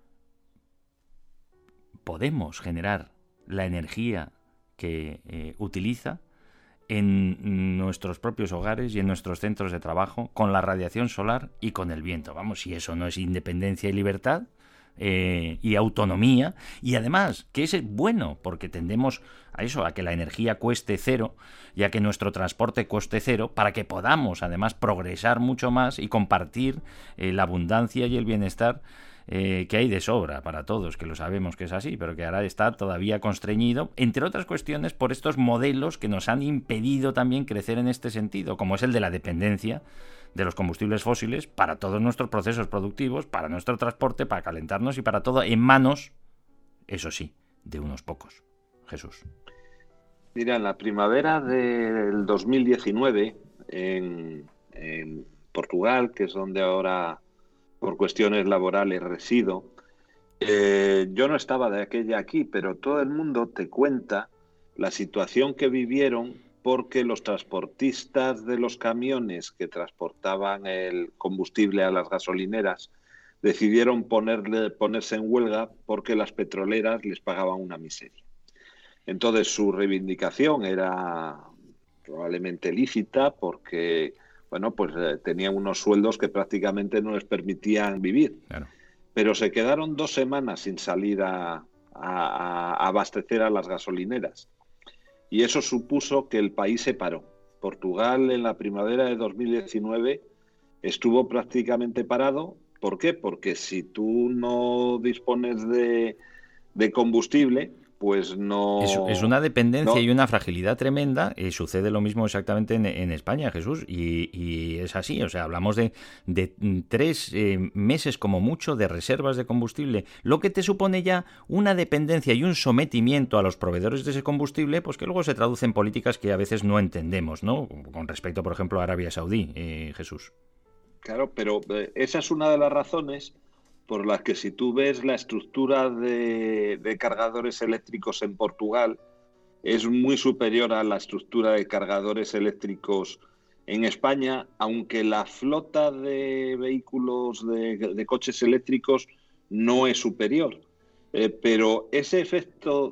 podemos generar la energía que eh, utiliza en nuestros propios hogares y en nuestros centros de trabajo, con la radiación solar y con el viento. Vamos, si eso no es independencia y libertad... Eh, y autonomía, y además que ese es bueno porque tendemos a eso, a que la energía cueste cero y a que nuestro transporte cueste cero, para que podamos además progresar mucho más y compartir eh, la abundancia y el bienestar eh, que hay de sobra para todos, que lo sabemos que es así, pero que ahora está todavía constreñido, entre otras cuestiones, por estos modelos que nos han impedido también crecer en este sentido, como es el de la dependencia de los combustibles fósiles para todos nuestros procesos productivos, para nuestro transporte, para calentarnos y para todo, en manos, eso sí, de unos pocos. Jesús. Mira, en la primavera del dos mil diecinueve, en, en Portugal, que es donde ahora por cuestiones laborales resido, eh, yo no estaba de aquella aquí, pero todo el mundo te cuenta la situación que vivieron porque los transportistas de los camiones que transportaban el combustible a las gasolineras decidieron ponerle, ponerse en huelga porque las petroleras les pagaban una miseria. Entonces su reivindicación era probablemente lícita porque, bueno, pues eh, tenían unos sueldos que prácticamente no les permitían vivir. Claro. Pero se quedaron dos semanas sin salir a, a, a abastecer a las gasolineras. Y eso supuso que el país se paró. Portugal en la primavera de dos mil diecinueve estuvo prácticamente parado. ¿Por qué? Porque si tú no dispones de, de combustible, pues no... Es, es una dependencia no. y una fragilidad tremenda. Y sucede lo mismo exactamente en, en España, Jesús. Y, y es así, o sea, hablamos de, de tres eh, meses como mucho de reservas de combustible, lo que te supone ya una dependencia y un sometimiento a los proveedores de ese combustible, pues que luego se traduce en políticas que a veces no entendemos, ¿no? Con respecto, por ejemplo, a Arabia Saudí, eh, Jesús. Claro, pero eh, esa es una de las razones por las que si tú ves la estructura de, de cargadores eléctricos en Portugal, es muy superior a la estructura de cargadores eléctricos en España, aunque la flota de vehículos, de, de coches eléctricos, no es superior. Eh, pero ese efecto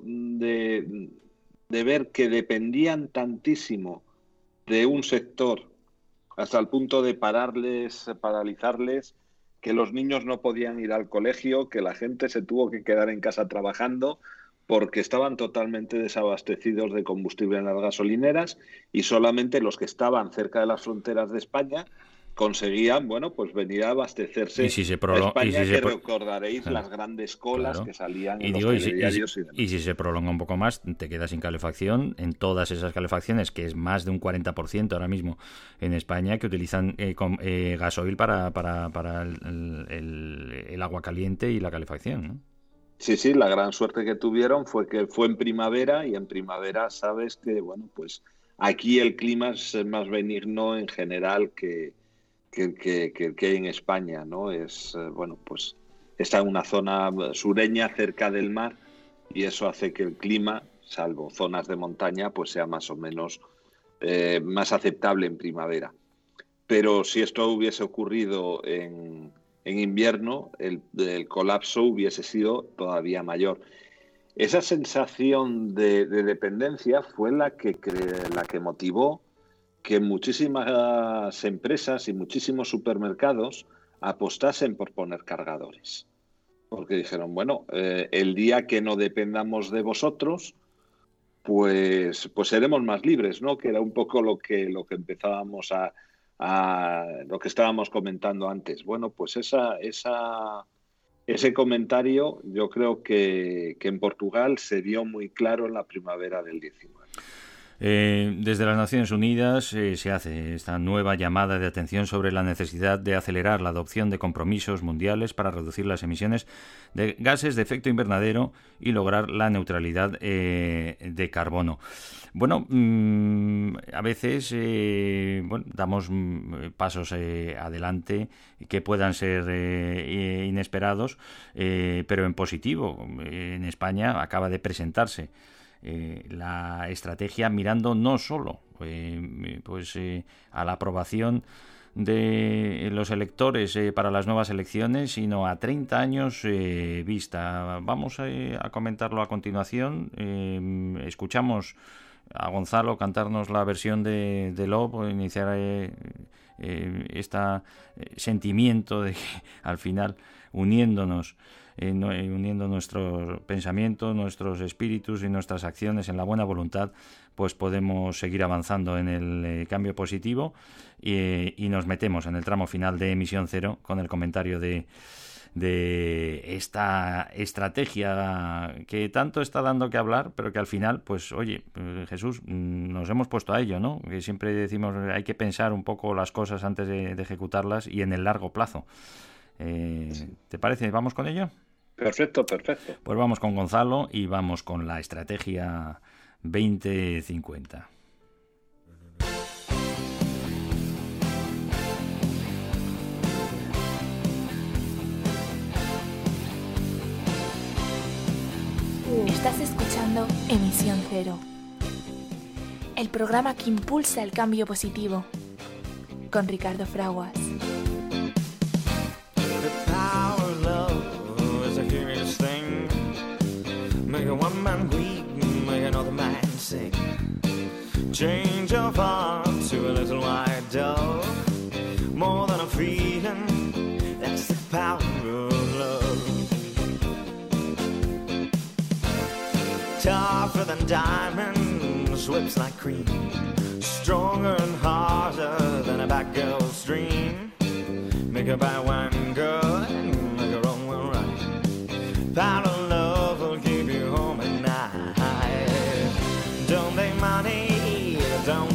de, de ver que dependían tantísimo de un sector hasta el punto de pararles, paralizarles, que los niños no podían ir al colegio, que la gente se tuvo que quedar en casa trabajando porque estaban totalmente desabastecidos de combustible en las gasolineras y solamente los que estaban cerca de las fronteras de España conseguían, bueno, pues venir a abastecerse y si se a prolonga, España, y si que se pro... recordaréis claro, las grandes colas claro. que salían y en digo, los y si, telediarios y, y demás. y si se prolonga un poco más, te quedas sin calefacción en todas esas calefacciones, que es más de un cuarenta por ciento ahora mismo en España, que utilizan eh, con, eh, gasoil para, para, para el, el, el agua caliente y la calefacción, ¿no? Sí, sí, la gran suerte que tuvieron fue que fue en primavera y en primavera sabes que, bueno, pues aquí el clima es más benigno en general que, que, que, que, que en España, ¿no? Es, bueno, pues está en una zona sureña cerca del mar y eso hace que el clima, salvo zonas de montaña, pues sea más o menos eh, más aceptable en primavera. Pero si esto hubiese ocurrido en... En invierno el, el colapso hubiese sido todavía mayor. Esa sensación de, de dependencia fue la que, que, la que motivó que muchísimas empresas y muchísimos supermercados apostasen por poner cargadores. Porque dijeron, bueno, eh, el día que no dependamos de vosotros, pues, pues seremos más libres, ¿no? Que era un poco lo que, lo que empezábamos a... a lo que estábamos comentando antes. Bueno, pues esa, esa, ese comentario yo creo que, que en Portugal se dio muy claro en la primavera del diecinueve. Eh, desde las Naciones Unidas eh, se hace esta nueva llamada de atención sobre la necesidad de acelerar la adopción de compromisos mundiales para reducir las emisiones de gases de efecto invernadero y lograr la neutralidad eh, de carbono. Bueno, mmm, a veces eh, bueno, damos mm, pasos eh, adelante que puedan ser eh, inesperados, eh, pero en positivo. En España acaba de presentarse Eh, la estrategia mirando no solo eh, pues eh, a la aprobación de los electores eh, para las nuevas elecciones, sino a treinta años eh, vista. Vamos eh, a comentarlo a continuación. Eh, escuchamos a Gonzalo cantarnos la versión de, de Love, iniciar eh, eh, este eh, sentimiento de que al final uniéndonos Eh, no, eh, uniendo nuestros pensamientos, nuestros espíritus y nuestras acciones en la buena voluntad, pues podemos seguir avanzando en el eh, cambio positivo y, y nos metemos en el tramo final de Emisión Cero con el comentario de, de esta estrategia que tanto está dando que hablar, pero que al final, pues oye, eh, Jesús, nos hemos puesto a ello, ¿no? Que siempre decimos hay que pensar un poco las cosas antes de, de ejecutarlas y en el largo plazo. Eh, ¿Te parece? ¿Vamos con ello? Perfecto, perfecto. Pues vamos con Gonzalo y vamos con la estrategia veinte cincuenta. Estás escuchando Emisión Cero, el programa que impulsa el cambio positivo, con Ricardo Fraguas. Make one man weak, make another man sick. Change your heart to a little white dove. More than a feeling, that's the power of love. Tougher than diamonds, whips like cream. Stronger and harder than a bad girl's dream. Make her buy one good, make her own one right. Power of love will keep you home at night.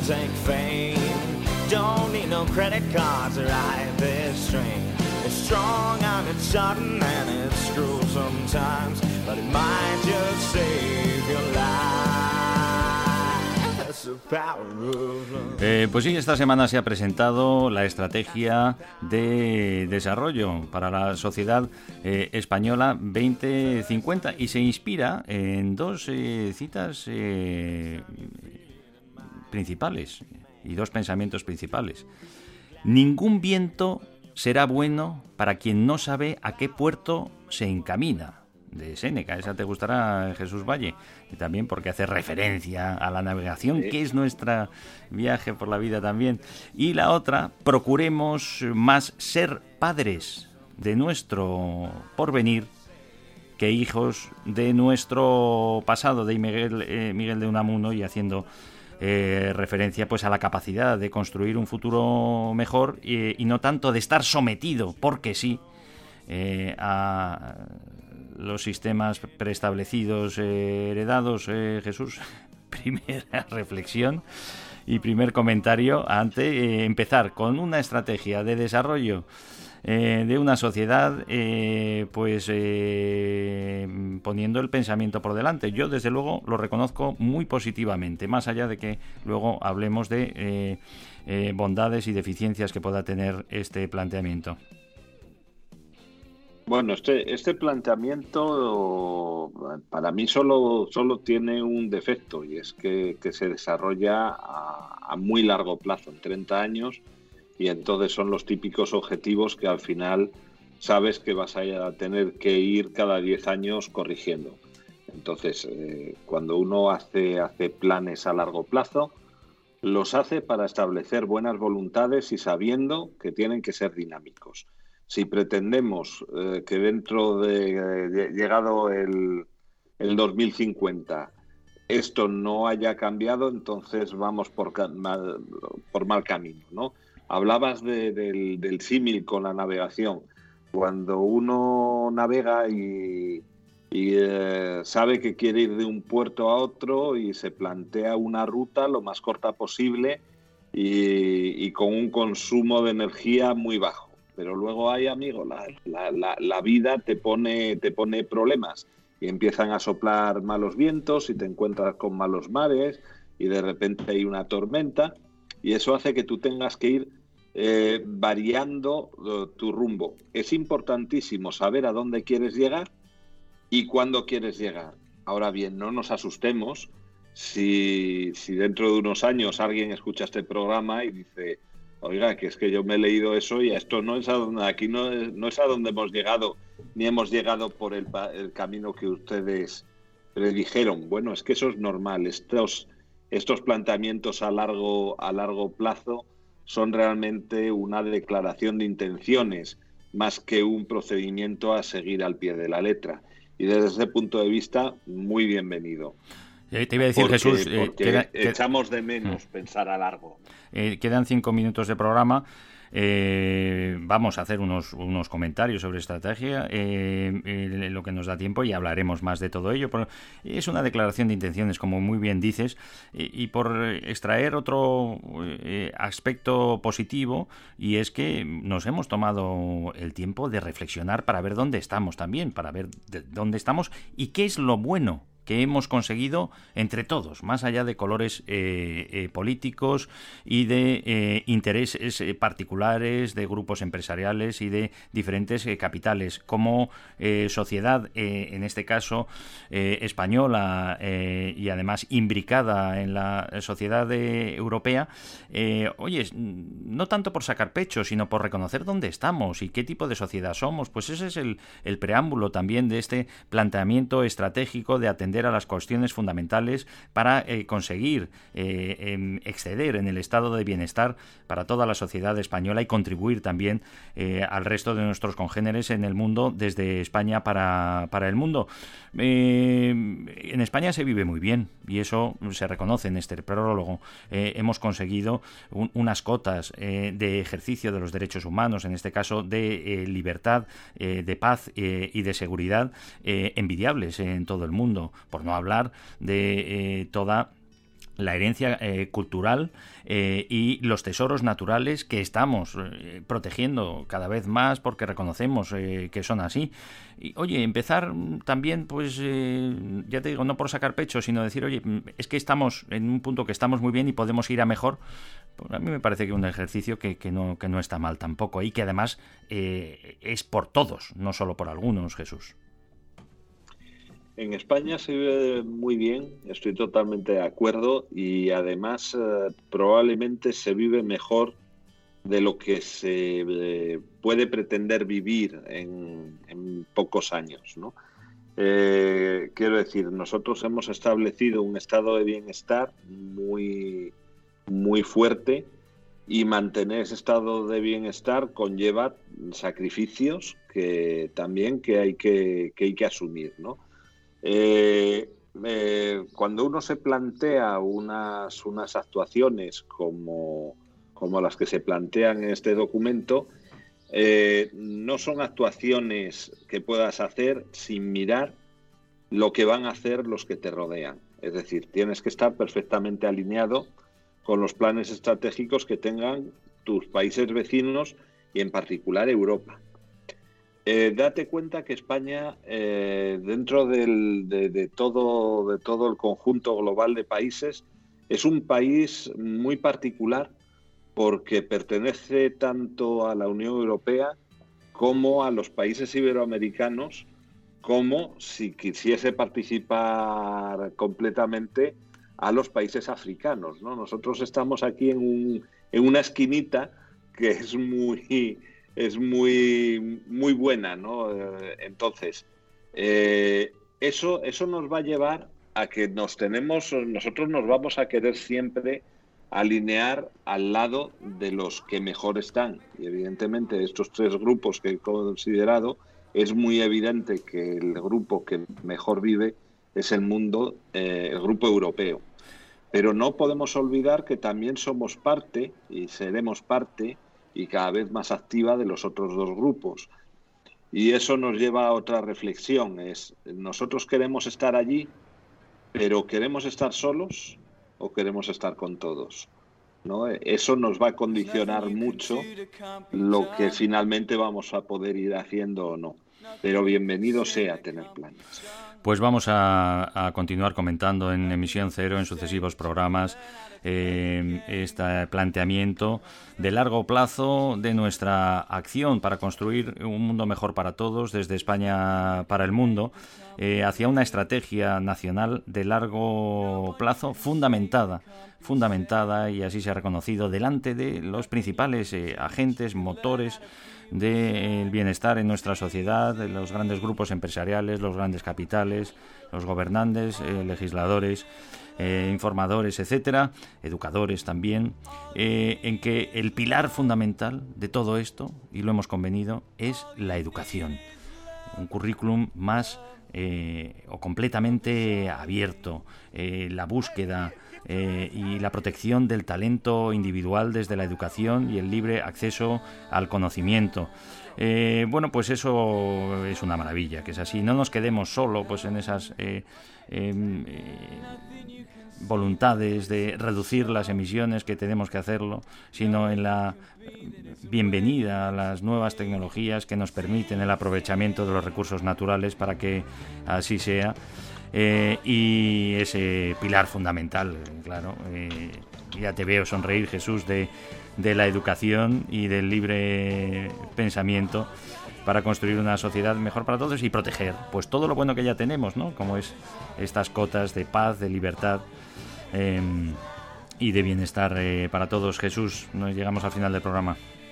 take fame. Don't need no credit cards to ride this train. It's strong and it's sudden and it's cruel sometimes, but it might just save your life. That's the power of love. Eh, pues sí, esta semana se ha presentado la estrategia de desarrollo para la sociedad eh, española veinte cincuenta y se inspira en dos eh, citas eh, principales y dos pensamientos principales. Ningún viento será bueno para quien no sabe a qué puerto se encamina, de Séneca. Esa te gustará, Jesús Valle, y también porque hace referencia a la navegación, que es nuestra viaje por la vida también. Y la otra, procuremos más ser padres de nuestro porvenir que hijos de nuestro pasado, de Miguel, eh, Miguel de Unamuno, y haciendo Eh, referencia pues a la capacidad de construir un futuro mejor eh, y no tanto de estar sometido, porque sí, eh, a los sistemas preestablecidos eh, heredados. eh, Jesús, primera reflexión y primer comentario ante eh, empezar con una estrategia de desarrollo Eh, de una sociedad eh, pues eh, poniendo el pensamiento por delante. Yo desde luego lo reconozco muy positivamente, más allá de que luego hablemos de eh, eh, bondades y deficiencias que pueda tener este planteamiento. Bueno, este, este planteamiento para mí solo, solo tiene un defecto, y es que, que se desarrolla a, a muy largo plazo, en treinta años, y entonces son los típicos objetivos que al final sabes que vas a tener que ir cada diez años corrigiendo. Entonces, eh, cuando uno hace, hace planes a largo plazo, los hace para establecer buenas voluntades y sabiendo que tienen que ser dinámicos. Si pretendemos eh, que dentro de, de llegado el, el dos mil cincuenta esto no haya cambiado, entonces vamos por mal, por mal camino, ¿no? Hablabas de, del, del símil con la navegación. Cuando uno navega y, y eh, sabe que quiere ir de un puerto a otro y se plantea una ruta lo más corta posible y, y con un consumo de energía muy bajo. Pero luego hay, amigo, la, la, la, la vida te pone, te pone problemas y empiezan a soplar malos vientos y te encuentras con malos mares y de repente hay una tormenta y eso hace que tú tengas que ir Eh, variando uh, tu rumbo. Es importantísimo saber a dónde quieres llegar y cuándo quieres llegar. Ahora bien, no nos asustemos si, si dentro de unos años alguien escucha este programa y dice, oiga, que es que yo me he leído eso y esto no es a donde, aquí no es, no es a donde hemos llegado, ni hemos llegado por el, el camino que ustedes predijeron. Bueno, es que eso es normal. Estos, estos planteamientos a largo, a largo plazo son realmente una declaración de intenciones más que un procedimiento a seguir al pie de la letra. Y desde ese punto de vista, muy bienvenido. Eh, te iba a decir, porque, Jesús, eh, porque queda, echamos de menos mm. pensar a largo. Eh, quedan cinco minutos de programa. Eh, vamos a hacer unos, unos comentarios sobre estrategia, eh, eh, lo que nos da tiempo, y hablaremos más de todo ello. Pero es una declaración de intenciones, como muy bien dices, y, y por extraer otro eh, aspecto positivo, y es que nos hemos tomado el tiempo de reflexionar para ver dónde estamos también, para ver de dónde estamos y qué es lo bueno que hemos conseguido entre todos, más allá de colores eh, eh, políticos y de eh, intereses eh, particulares de grupos empresariales y de diferentes eh, capitales. Como eh, sociedad, eh, en este caso eh, española eh, y además imbricada en la sociedad eh, europea, eh, oye, no tanto por sacar pecho, sino por reconocer dónde estamos y qué tipo de sociedad somos. Pues ese es el, el preámbulo también de este planteamiento estratégico de atender a las cuestiones fundamentales para eh, conseguir eh, eh, exceder en el estado de bienestar para toda la sociedad española y contribuir también eh, al resto de nuestros congéneres en el mundo, desde España para, para el mundo. Eh, en España se vive muy bien y eso se reconoce en este prólogo. Eh, hemos conseguido un, unas cotas eh, de ejercicio de los derechos humanos, en este caso de eh, libertad, eh, de paz eh, y de seguridad eh, envidiables en todo el mundo, por no hablar de eh, toda la herencia eh, cultural eh, y los tesoros naturales que estamos eh, protegiendo cada vez más porque reconocemos eh, que son así. Y, oye, empezar también, pues, eh, ya te digo, no por sacar pecho, sino decir, oye, es que estamos en un punto que estamos muy bien y podemos ir a mejor. Pues a mí me parece que es un ejercicio que, que, no, que no está mal tampoco y que además eh, es por todos, no solo por algunos, Jesús. En España se vive muy bien, estoy totalmente de acuerdo, y además eh, probablemente se vive mejor de lo que se eh, puede pretender vivir en, en pocos años, ¿no? Eh, quiero decir, nosotros hemos establecido un estado de bienestar muy, muy fuerte, y mantener ese estado de bienestar conlleva sacrificios que también que hay que, que, hay que asumir, ¿no? Eh, eh, cuando uno se plantea unas, unas actuaciones como, como las que se plantean en este documento, eh, no son actuaciones que puedas hacer sin mirar lo que van a hacer los que te rodean. Es decir, tienes que estar perfectamente alineado con los planes estratégicos que tengan tus países vecinos y en particular Europa. Eh, date cuenta que España, eh, dentro del, de, de, todo, de todo el conjunto global de países, es un país muy particular porque pertenece tanto a la Unión Europea como a los países iberoamericanos, como, si quisiese participar completamente, a los países africanos, ¿no? Nosotros estamos aquí en, un, en una esquinita que es muy... es muy, muy buena, ¿no? Entonces, eh, eso, eso nos va a llevar a que nos tenemos, nosotros nos vamos a querer siempre alinear al lado de los que mejor están. Y evidentemente estos tres grupos que he considerado, es muy evidente que el grupo que mejor vive es el mundo, eh, el grupo europeo. Pero no podemos olvidar que también somos parte, y seremos parte, y cada vez más activa, de los otros dos grupos. Y eso nos lleva a otra reflexión, es, ¿nosotros queremos estar allí, pero queremos estar solos o queremos estar con todos? ¿No? Eso nos va a condicionar mucho lo que finalmente vamos a poder ir haciendo o no. Pero bienvenido sea tener planes. Pues vamos a, a continuar comentando en Emisión Cero, en sucesivos programas, eh, este planteamiento de largo plazo de nuestra acción para construir un mundo mejor para todos, desde España para el mundo, eh, hacia una estrategia nacional de largo plazo fundamentada, fundamentada y así se ha reconocido delante de los principales eh, agentes, motores del bienestar en nuestra sociedad, de los grandes grupos empresariales, los grandes capitales, los gobernantes, eh, legisladores, eh, informadores, etcétera, educadores también, eh, en que el pilar fundamental de todo esto, y lo hemos convenido, es la educación. Un currículum más eh, o completamente abierto, eh, la búsqueda Eh, y la protección del talento individual desde la educación y el libre acceso al conocimiento. Eh, bueno, pues eso es una maravilla, que es así. No nos quedemos solo pues en esas eh, eh, eh, voluntades de reducir las emisiones, que tenemos que hacerlo, sino en la bienvenida a las nuevas tecnologías que nos permiten el aprovechamiento de los recursos naturales para que así sea. Eh, y ese pilar fundamental, claro, eh, ya te veo sonreír, Jesús, de, de la educación y del libre pensamiento para construir una sociedad mejor para todos y proteger pues todo lo bueno que ya tenemos, ¿no? Como es estas cotas de paz, de libertad eh, y de bienestar eh, para todos. Jesús, nos llegamos al final del programa.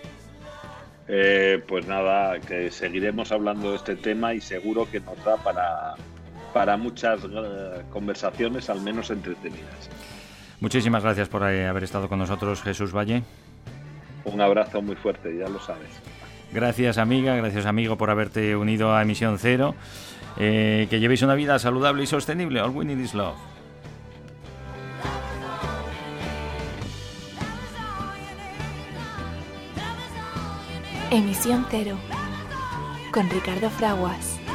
Eh, pues nada, que seguiremos hablando de este tema y seguro que nos da para... para muchas uh, conversaciones, al menos entretenidas. Muchísimas gracias por eh, haber estado con nosotros, Jesús Valle. Un abrazo muy fuerte, ya lo sabes. Gracias, amiga, gracias, amigo, por haberte unido a Emisión Cero. Eh, que llevéis una vida saludable y sostenible. All we need is love. Emisión Cero, con Ricardo Fraguas.